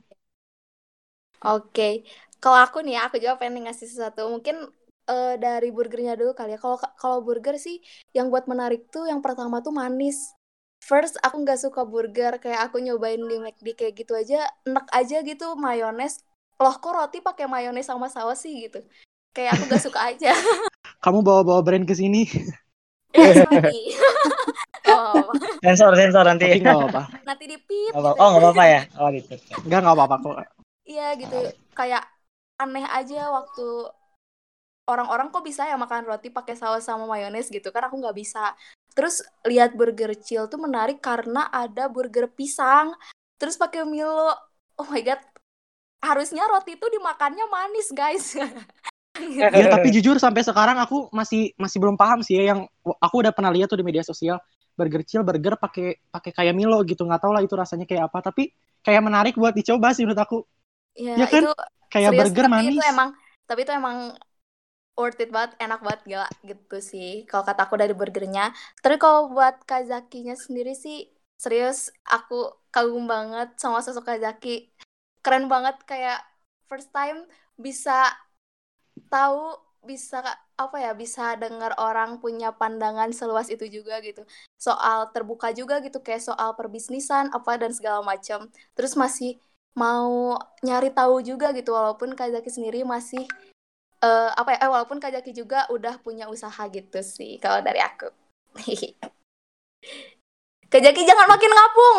Oke, kalau aku nih ya, aku juga pengen ngasih sesuatu. Mungkin dari burgernya dulu kali ya. Kalau kalau burger sih, yang buat menarik tuh yang pertama tuh manis. First, aku nggak suka burger, kayak aku nyobain di McD kayak gitu aja, enak aja gitu, mayones. Loh, kok roti pakai mayones sama saus sih gitu? Kayak aku gak suka aja. Kamu bawa-bawa brand ke sini, Sorry. Oh, Sensor nanti. tapi nggak apa-apa. nanti dipip Nggak apa-apa. gitu Oh ya. nggak apa-apa ya. Oh gitu. Nggak apa-apa kok. Iya gitu, kayak aneh aja waktu orang-orang kok bisa ya makan roti pakai saus sama mayones gitu kan, aku nggak bisa. Terus lihat burger chill tuh menarik karena ada burger pisang terus pakai Milo. Oh my god, harusnya roti itu dimakannya manis guys. Gitu. Ya tapi jujur sampai sekarang aku masih belum paham sih ya, yang aku udah pernah lihat tuh di media sosial burger chill burger pakai pakai kayak Milo gitu, nggak tahu lah itu rasanya kayak apa, tapi kayak menarik buat dicoba sih menurut aku. Ya Ya kan itu kayak serius, burger manis. tapi itu emang worth it banget, enak banget gila gitu sih kalau kata aku dari burgernya. Tapi kalau buat Kazakinya sendiri sih serius aku kagum banget sama sosok Kazaki, keren banget, kayak first time bisa tahu, bisa apa ya, bisa dengar orang punya pandangan seluas itu juga gitu, soal terbuka juga gitu, kayak soal perbisnisan apa dan segala macam, terus masih mau nyari tahu juga gitu, walaupun Kazaki sendiri masih apa ya, walaupun Kak Jaki juga udah punya usaha gitu sih kalau dari aku. Kak Jaki jangan makin ngapung.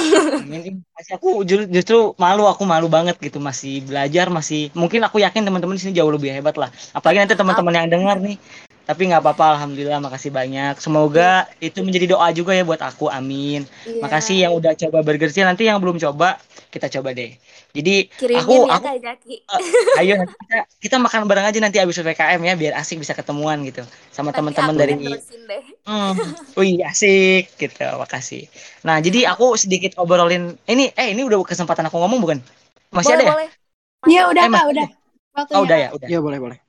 Ini masih aku justru aku malu banget gitu, masih belajar, masih mungkin aku yakin teman-teman di sini jauh lebih hebat lah, apalagi nanti teman-teman yang dengar nih. Tapi nggak apa-apa, alhamdulillah, makasih banyak, Iya, semoga itu menjadi doa juga ya buat aku, amin. Makasih iya. yang udah coba burger Chill, nanti yang belum coba kita coba deh. Jadi Kirimin aku ya aku Kak Jaki. ayo nanti kita makan bareng aja nanti abis PPKM ya, biar asik bisa ketemuan gitu sama Nanti teman-teman aku dari. endorsein deh. Wih asik gitu, makasih. Nah jadi aku sedikit obrolin ini udah kesempatan aku ngomong bukan? Masih Boleh, ada ya? boleh. Masih, Iya, udah masih. Kak, Masih udah. ada. Oh Waktunya udah Kak. ya, udah. Ya boleh boleh.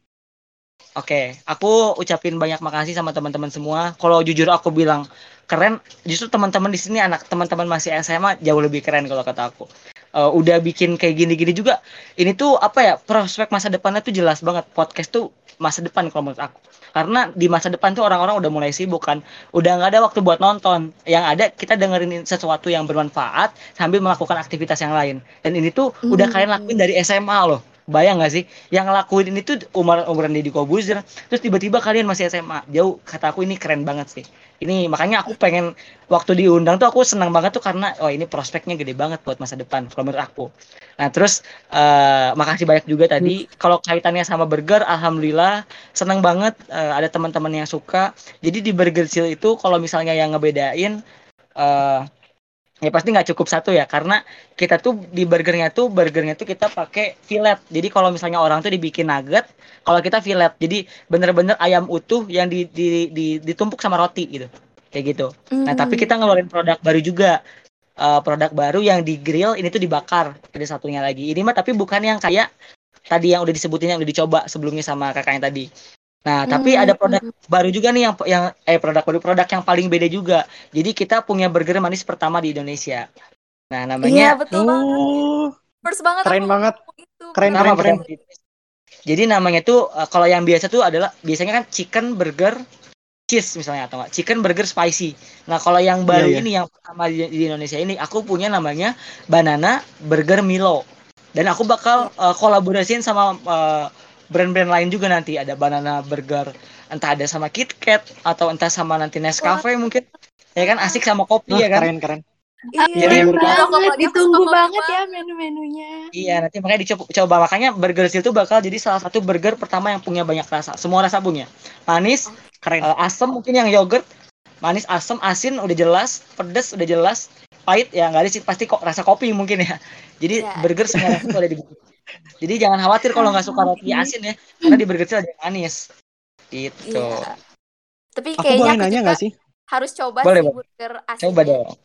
Oke, aku ucapin banyak makasih sama teman-teman semua. Kalau jujur aku bilang keren, justru teman-teman di sini anak teman-teman masih SMA jauh lebih keren kalau kata aku. Udah bikin kayak gini-gini juga. Ini tuh apa ya, prospek masa depannya tuh jelas banget. Podcast tuh masa depan kalau menurut aku. Karena di masa depan tuh orang-orang udah mulai sibuk kan. Udah nggak ada waktu buat nonton. Yang ada kita dengerin sesuatu yang bermanfaat sambil melakukan aktivitas yang lain. Dan ini tuh udah kalian lakuin dari SMA loh. Bayang gak sih? Yang ngelakuin ini tuh umuran Deddy Kobuzer, terus tiba-tiba kalian masih SMA. Jauh, kata aku ini keren banget sih. Ini makanya aku pengen waktu diundang tuh aku senang banget tuh karena ini prospeknya gede banget buat masa depan kalau menurut aku. Nah, terus makasih banyak juga tadi. Kalau kaitannya sama burger, alhamdulillah senang banget ada teman-teman yang suka. Jadi di Burger Chill itu kalau misalnya yang ngebedain eh ya pasti nggak cukup satu ya, karena kita tuh di burgernya tuh kita pakai fillet. Jadi kalau misalnya orang tuh dibikin nugget, kalau kita fillet, jadi bener-bener ayam utuh yang ditumpuk sama roti gitu, kayak gitu. Nah tapi kita ngeluarin produk baru juga. Produk baru yang di grill ini tuh dibakar, ada satunya lagi ini mah, tapi bukan yang kayak tadi yang udah disebutin, yang udah dicoba sebelumnya sama kakaknya tadi. Nah, tapi ada produk baru juga nih produk yang paling beda juga. Jadi kita punya burger manis pertama di Indonesia. Nah, Iya, namanya betul banget. Oh, First banget keren aku banget. ngomong itu. Keren Bener keren pertama keren. banget. pertama. Jadi namanya tuh kalau yang biasa tuh adalah biasanya kan chicken burger cheese misalnya, atau enggak chicken burger spicy. Nah, kalau yang Iya baru iya. ini yang pertama di Indonesia ini aku punya namanya banana burger Milo. Dan aku bakal kolaborasiin sama brand-brand lain juga nanti, ada banana burger, entah ada sama KitKat atau entah sama nanti Wah, Nescafe mungkin. Ya kan asik sama kopi Wah, ya kan? keren keren. Iya, Jadi Keren burger. banget, ditunggu banget ya banget. menu-menunya. iya, nanti makanya dicoba. Makanya Burger Chill itu bakal jadi salah satu burger pertama yang punya banyak rasa. Semua rasa punya. Manis, Oke. Keren. asam mungkin yang yogurt, manis, asam, asin udah jelas, pedas udah jelas, pahit ya nggak ada sih, pasti kok rasa kopi mungkin ya. Jadi Iya. burger semua rasa tuh ada di Burger Chill. Jadi jangan khawatir kalau nggak suka roti asin ya, karena di Burger Chill ada yang manis. Gitu. Iya. Tapi Aku kayaknya boleh aku nanya juga nggak sih? harus coba Boleh, sih boleh. burger Coba asinnya. dong.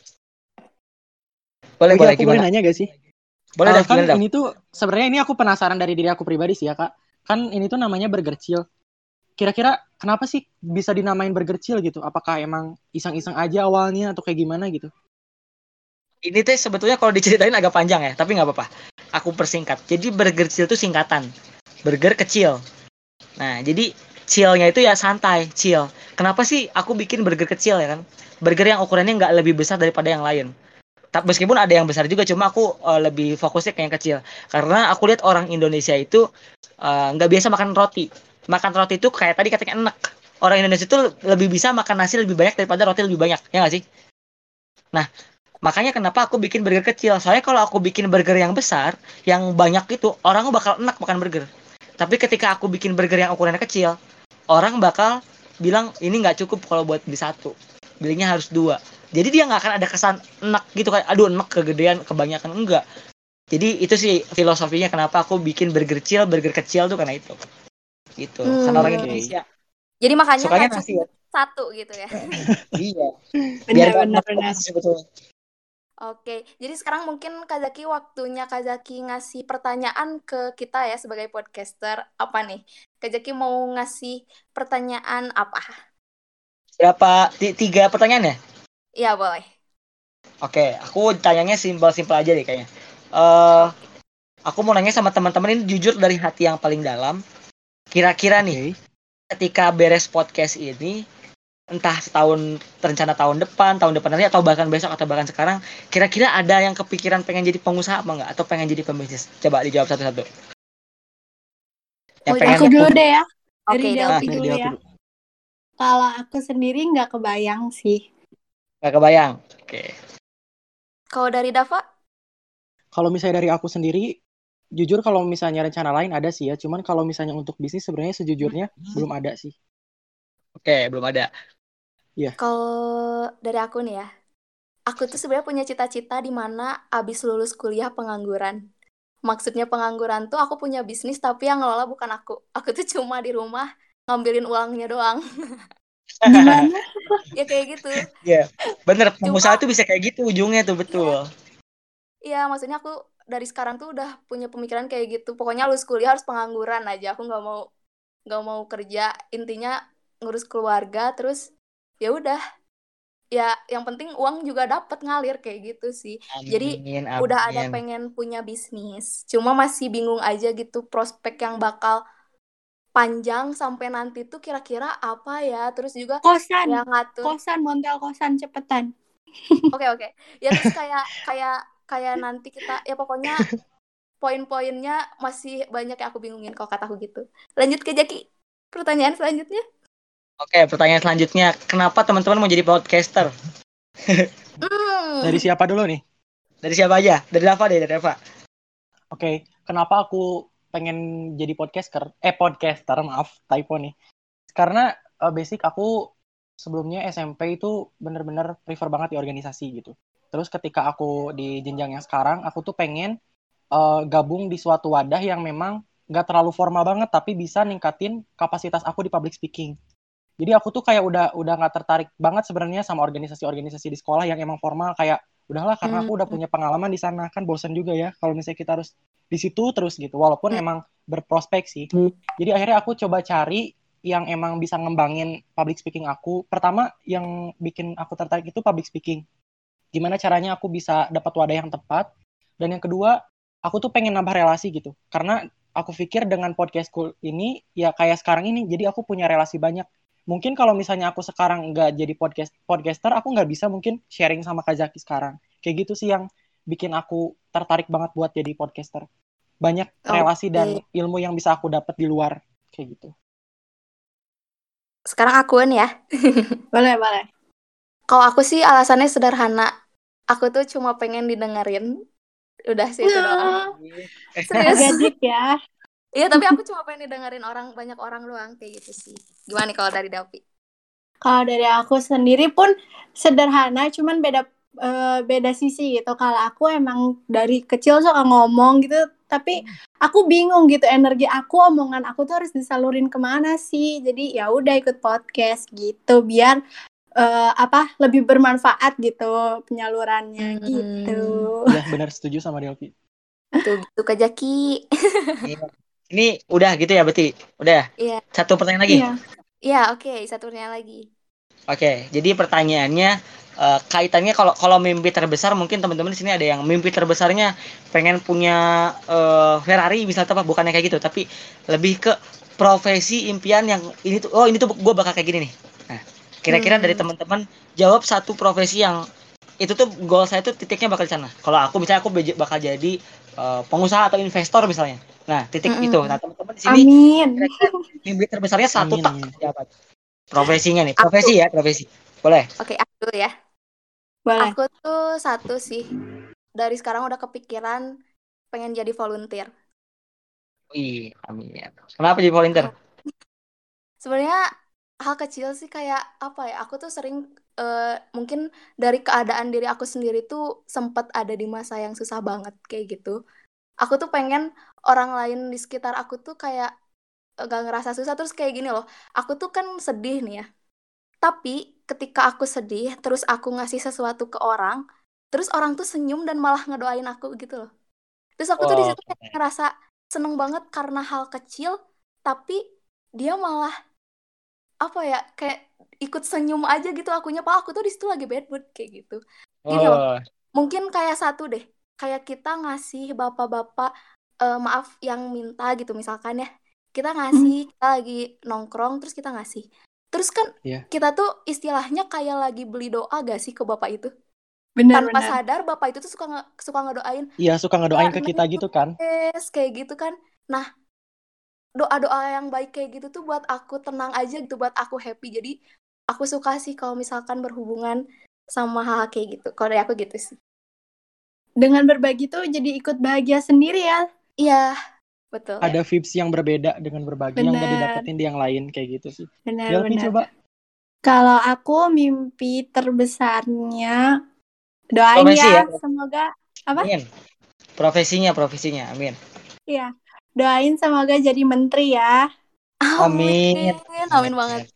Boleh, Oh iya, boleh aku boleh gimana? nanya gak sih? Boleh dah Kan gimana, Dam? ini tuh sebenarnya ini aku penasaran dari diri aku pribadi sih ya kak. Kan ini tuh namanya Burger Chill. Kira-kira kenapa sih bisa dinamain Burger Chill gitu? Apakah emang iseng-iseng aja awalnya atau kayak gimana gitu? Ini teh sebetulnya kalau diceritain agak panjang ya, tapi nggak apa-apa. Aku persingkat. Jadi Burger Chill itu singkatan. Burger kecil. Nah, jadi chillnya itu ya santai, chill. Kenapa sih aku bikin burger kecil ya kan? Burger yang ukurannya nggak lebih besar daripada yang lain. Meskipun ada yang besar juga, cuma aku lebih fokusnya ke yang kecil. Karena aku lihat orang Indonesia itu nggak biasa makan roti. Makan roti itu kayak tadi katanya enak. Orang Indonesia itu lebih bisa makan nasi lebih banyak daripada roti lebih banyak, ya nggak sih? Nah, makanya kenapa aku bikin burger kecil. Soalnya kalau aku bikin burger yang besar, yang banyak itu, orang bakal enak makan burger. Tapi ketika aku bikin burger yang ukurannya kecil, orang bakal bilang ini nggak cukup kalau buat beli satu. Belinya harus dua. Jadi dia nggak akan ada kesan enak gitu kayak aduh enak kegedean kebanyakan enggak. Jadi itu sih filosofinya kenapa aku bikin burger kecil tuh karena itu. Gitu. Karena orang Oke. Indonesia Jadi makanya sukanya nggak nasi ya. cukup satu gitu ya. Iya. Biar nggak Benar-benar enak benar. sih sebetulnya. Oke, jadi sekarang mungkin Kak Zaki waktunya Kak Zaki ngasih pertanyaan ke kita ya sebagai podcaster. Apa nih? Kak Zaki mau ngasih pertanyaan apa? Berapa tiga pertanyaan ya? Iya, boleh. Oke, aku tanyanya simpel-simpel aja deh kayaknya. Eh, Oke. aku mau nanya sama teman-teman ini jujur dari hati yang paling dalam. Kira-kira nih, Oke. ketika beres podcast ini, entah rencana tahun depan nanti, atau bahkan besok, atau bahkan sekarang, kira-kira ada yang kepikiran pengen jadi pengusaha apa enggak? Atau pengen jadi pembisnis? Coba dijawab satu-satu. Yang Mau pengen Aku jawab? dulu deh ya. Dari Oke, Delphi Dari dulu Delphi ya. dulu. Kalau aku sendiri nggak kebayang sih. nggak kebayang. Oke. Kalau dari Dava? Kalau misalnya dari aku sendiri, jujur kalau misalnya rencana lain ada sih ya. Cuman kalau misalnya untuk bisnis sebenarnya sejujurnya belum ada sih. Oke, belum ada. Iya. Kalau dari aku nih ya, aku tuh sebenarnya punya cita-cita di mana abis lulus kuliah pengangguran. Maksudnya pengangguran tuh aku punya bisnis tapi yang ngelola bukan aku. Aku tuh cuma di rumah ngambilin uangnya doang. Gimana? Ya kayak gitu. Iya, bener. Pengusaha Cuma tuh bisa kayak gitu ujungnya tuh, betul. iya, iya maksudnya aku dari sekarang tuh udah punya pemikiran kayak gitu. Pokoknya lulus kuliah harus pengangguran aja. Aku nggak mau kerja. Intinya ngurus keluarga terus ya udah. Ya yang penting uang juga dapat ngalir kayak gitu sih. Jadi Amin, udah ada amin. pengen punya bisnis. Cuma masih bingung aja gitu prospek yang bakal panjang sampai nanti tuh kira-kira apa ya. Terus juga Kosan. ya ngatur. Kosan, montel kosan cepetan. Oke oke. Ya terus kayak kayak kayak nanti kita ya pokoknya poin-poinnya masih banyak yang aku bingungin kalau kataku gitu. Lanjut ke Jaki. Pertanyaan selanjutnya. Oke, pertanyaan selanjutnya. Kenapa teman-teman mau jadi podcaster? Dari Hmm. siapa dulu nih? Dari siapa aja? Dari Dava deh, dari Dava. Oke. Kenapa aku pengen jadi podcaster, maaf, typo nih. Karena basic aku sebelumnya SMP itu bener-bener prefer banget di organisasi gitu. Terus ketika aku di jenjang yang sekarang, aku tuh pengen gabung di suatu wadah yang memang nggak terlalu formal banget, tapi bisa ningkatin kapasitas aku di public speaking. Jadi aku tuh kayak udah nggak tertarik banget sebenarnya sama organisasi-organisasi di sekolah yang emang formal, kayak udahlah karena aku udah punya pengalaman di sana, kan bosan juga ya kalau misalnya kita harus di situ terus gitu, walaupun emang berprospek sih. Jadi akhirnya aku coba cari yang emang bisa ngembangin public speaking aku. Pertama yang bikin aku tertarik itu public speaking. Gimana caranya aku bisa dapat wadah yang tepat. Dan yang kedua, aku tuh pengen nambah relasi gitu. Karena aku pikir dengan podcastku ini ya kayak sekarang ini, jadi aku punya relasi banyak. Mungkin kalau misalnya aku sekarang nggak jadi podcaster, aku nggak bisa mungkin sharing sama Kak Zaki sekarang. Kayak gitu sih yang bikin aku tertarik banget buat jadi podcaster. Banyak relasi dan Oke. ilmu yang bisa aku dapat di luar. Kayak gitu. Sekarang akuan ya. Boleh, boleh. Kalau aku sih alasannya sederhana. Aku tuh cuma pengen didengerin. Udah sih itu doang. Serius. Agak deep ya. Iya, tapi aku cuma pengen didengerin banyak orang doang kayak gitu sih. Gimana nih kalau dari Davi? Kalau dari aku sendiri pun sederhana, cuman beda sisi gitu. Kalau aku emang dari kecil suka ngomong gitu, tapi aku bingung gitu energi aku, omongan aku tuh harus disalurin kemana sih. Jadi ya udah ikut podcast gitu, biar lebih bermanfaat gitu penyalurannya gitu. Iya, benar setuju sama Delphi. Tuh gitu Kak Jaki. Iya. Ini udah gitu ya berarti. Udah. Iya. Satu pertanyaan lagi. Iya. Iya, oke, satu pertanyaan lagi. Oke, jadi pertanyaannya kaitannya kalau mimpi terbesar mungkin teman-teman di sini ada yang mimpi terbesarnya pengen punya Ferrari misalnya apa bukannya kayak gitu, tapi lebih ke profesi impian yang ini tuh gue bakal kayak gini nih. Nah, kira-kira dari teman-teman jawab satu profesi yang itu tuh goal saya tuh titiknya bakal di sana. Kalau aku misalnya bakal jadi pengusaha atau investor misalnya. Nah, titik itu. Nah, teman-teman di sini Amin. kira-kira mimpi terbesarnya satu tak Amin. apa? Profesinya nih, profesi ya, profesi. Boleh. Oke, aku dulu ya. Boleh. Aku tuh satu sih. Dari sekarang udah kepikiran pengen jadi volunteer. Wih, amin. Kenapa jadi volunteer? Sebenarnya hal kecil sih kayak apa ya? Aku tuh sering mungkin dari keadaan diri aku sendiri tuh sempat ada di masa yang susah banget kayak gitu. Aku tuh pengen orang lain di sekitar aku tuh kayak gak ngerasa susah terus kayak gini loh. Aku tuh kan sedih nih ya. Tapi ketika aku sedih, terus aku ngasih sesuatu ke orang, terus orang tuh senyum dan malah ngedoain aku gitu loh. Terus aku tuh di Oh, situ kayak ngerasa seneng banget karena hal kecil, tapi dia malah apa ya kayak ikut senyum aja gitu akunya. Padahal aku tuh di situ lagi bad mood kayak gitu. Gini loh, oh, mungkin kayak satu deh, kayak kita ngasih bapak-bapak maaf yang minta gitu misalkan ya, kita ngasih, kita lagi nongkrong terus kita ngasih. Terus kan Iya. kita tuh istilahnya kayak lagi beli doa gak sih ke bapak itu? Tanpa Benar-benar. sadar bapak itu tuh suka ngedoain, Iya, suka ngedoain ke kita nih gitu kan. sukses kayak gitu kan. Nah, doa-doa yang baik kayak gitu tuh buat aku tenang aja gitu, buat aku happy. Jadi aku suka sih kalau misalkan berhubungan sama hal kayak gitu. Kalau dari aku gitu sih. Dengan berbagi tuh jadi ikut bahagia sendiri ya. Iya, betul. Ada vibes yang berbeda dengan berbagi yang gak Benar. didapetin di yang lain kayak gitu sih. Delphi Benar-benar. coba. Kalau aku mimpi terbesarnya doain profesi ya, ya. semoga apa? Amin. Profesinya, amin. Iya. Doain semoga jadi menteri ya. Amin. Amin banget.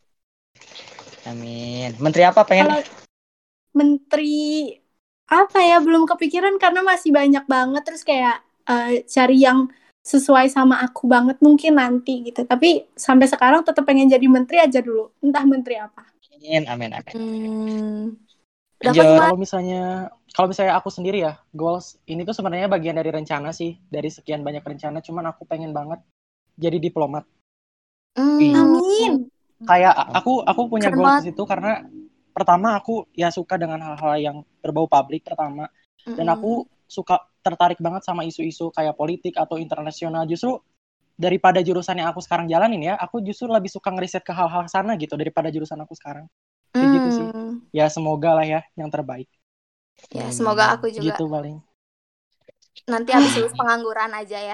Amin. Menteri apa pengen? Kalau menteri apa ya belum kepikiran karena masih banyak banget terus kayak cari yang sesuai sama aku banget mungkin nanti gitu. Tapi sampai sekarang tetap pengen jadi menteri aja dulu. Entah menteri apa. Amin. Dapat Lanjut. gimana? Kalau misalnya aku sendiri ya, goals ini tuh sebenarnya bagian dari rencana sih, dari sekian banyak rencana, cuman aku pengen banget jadi diplomat. Amin. Kayak aku punya Keren goals banget. di situ karena pertama aku ya suka dengan hal-hal yang berbau publik pertama, dan aku suka tertarik banget sama isu-isu kayak politik atau internasional. Justru daripada jurusan yang aku sekarang jalanin ya, aku justru lebih suka ngeriset ke hal-hal sana gitu daripada jurusan aku sekarang. Kayak gitu sih. Ya semoga lah ya yang terbaik. Ya, semoga aku juga Gitu paling. nanti habis lulus pengangguran aja ya.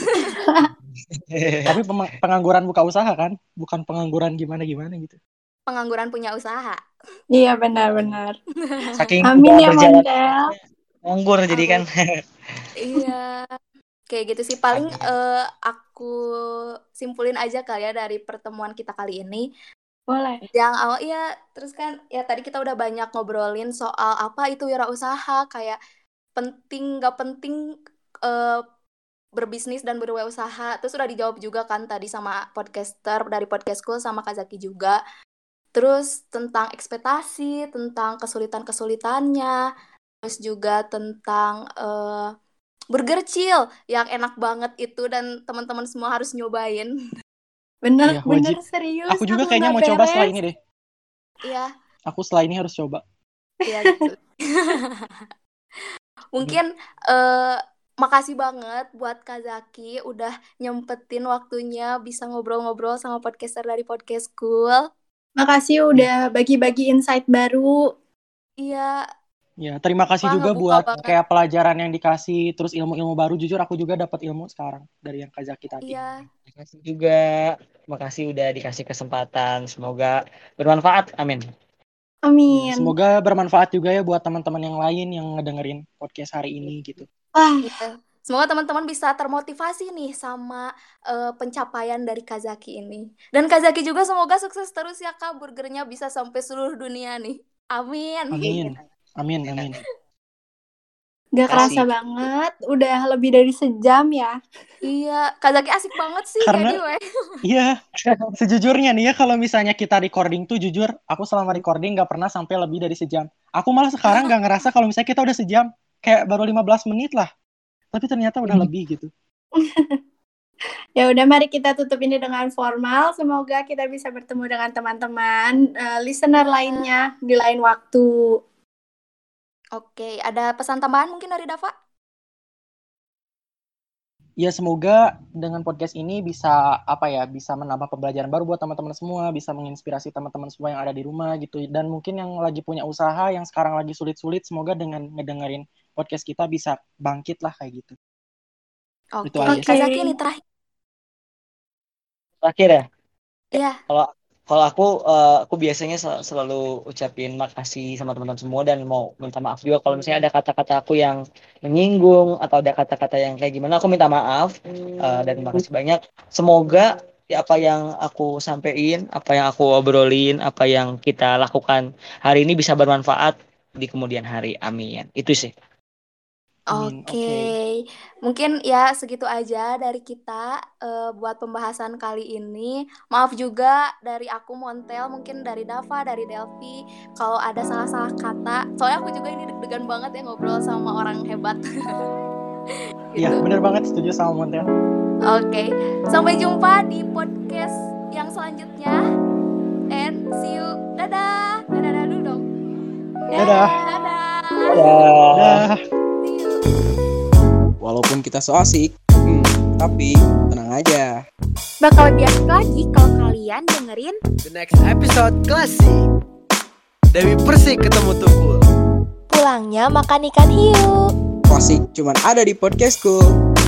Tapi pengangguran buka usaha kan, bukan pengangguran gimana-gimana gitu. Pengangguran punya usaha. Iya benar-benar. Saking Amin udah ya berjalan Mandel. nganggur jadi kan. Iya. Kayak gitu sih. Paling aku simpulin aja kali ya dari pertemuan kita kali ini. Boleh. Yang awal iya, terus kan ya tadi kita udah banyak ngobrolin soal apa itu wirausaha, kayak penting gak penting berbisnis dan berwirausaha. Terus udah dijawab juga kan tadi sama podcaster dari Podcast School sama Kak Zaki juga. Terus tentang ekspektasi, tentang kesulitan-kesulitannya, terus juga tentang burger chill yang enak banget itu dan teman-teman semua harus nyobain. Bener, Iya, wajib. serius. Aku juga kayaknya mau coba setelah ini deh. Iya. Aku setelah ini harus coba. Iya gitu. Mungkin makasih banget buat Kak Zaki udah nyempetin waktunya bisa ngobrol-ngobrol sama podcaster dari Podcast School. Makasih udah bagi-bagi insight baru. Iya, Ya, terima kasih Wah, juga ngebuka buat banget. kayak pelajaran yang dikasih, terus ilmu-ilmu baru. Jujur aku juga dapat ilmu sekarang dari yang Kak Zaki tadi. Iya, Terima kasih juga. Terima kasih udah dikasih kesempatan. Semoga bermanfaat. Amin. Ya, Amin. semoga bermanfaat juga ya buat teman-teman yang lain yang ngedengerin podcast hari ini gitu. Wah, iya. Semoga teman-teman bisa termotivasi nih sama pencapaian dari Kazaki ini. Dan Kazaki juga semoga sukses terus ya Kak, burgernya bisa sampai seluruh dunia nih. Amin. Amin. Amin, amin. gak kerasa Kasih. banget. Udah lebih dari sejam ya. Iya, Kazaki asik banget sih Karena anyway. iya, sejujurnya nih ya kalau misalnya kita recording tuh jujur, aku selama recording gak pernah sampai lebih dari sejam. Aku malah sekarang gak ngerasa kalau misalnya kita udah sejam. Kayak baru 15 menit lah. Tapi ternyata udah lebih gitu. Ya udah, mari kita tutup ini dengan formal. Semoga kita bisa bertemu dengan teman-teman listener lainnya di lain waktu. Oke, ada pesan tambahan mungkin dari Dava? Ya semoga dengan podcast ini bisa bisa menambah pembelajaran baru buat teman-teman semua, bisa menginspirasi teman-teman semua yang ada di rumah gitu. Dan mungkin yang lagi punya usaha yang sekarang lagi sulit-sulit, semoga dengan ngedengerin podcast kita bisa bangkit lah kayak gitu. Oke, Itu aja sih. Kazaki ini terakhir. Terakhir ya. Iya. Kalau aku biasanya selalu ucapin makasih sama teman-teman semua dan mau minta maaf juga kalau misalnya ada kata-kata aku yang menyinggung atau ada kata-kata yang kayak gimana, aku minta maaf dan terima kasih banyak. Semoga ya, apa yang aku sampein, apa yang aku obrolin, apa yang kita lakukan hari ini bisa bermanfaat di kemudian hari. Amin. Itu sih. Amin. Oke, mungkin ya segitu aja dari kita buat pembahasan kali ini. Maaf juga dari aku Montel, mungkin dari Dava, dari Delphi, kalau ada salah-salah kata. Soalnya aku juga ini deg-degan banget ya ngobrol sama orang hebat. Iya, Gitu. bener banget, setuju sama Montel. Oke, sampai jumpa di podcast yang selanjutnya. And see you. Dadah. Dadah dulu dong. Dadah. Dadah. Dadah. See you. Walaupun kita so asik, tapi tenang aja. Bakal lebih asik lagi kalau kalian dengerin The next episode klasik. Dewi Persik ketemu Tukul. Pulangnya Makan Ikan Hiu. Klasik cuman ada di podcastku.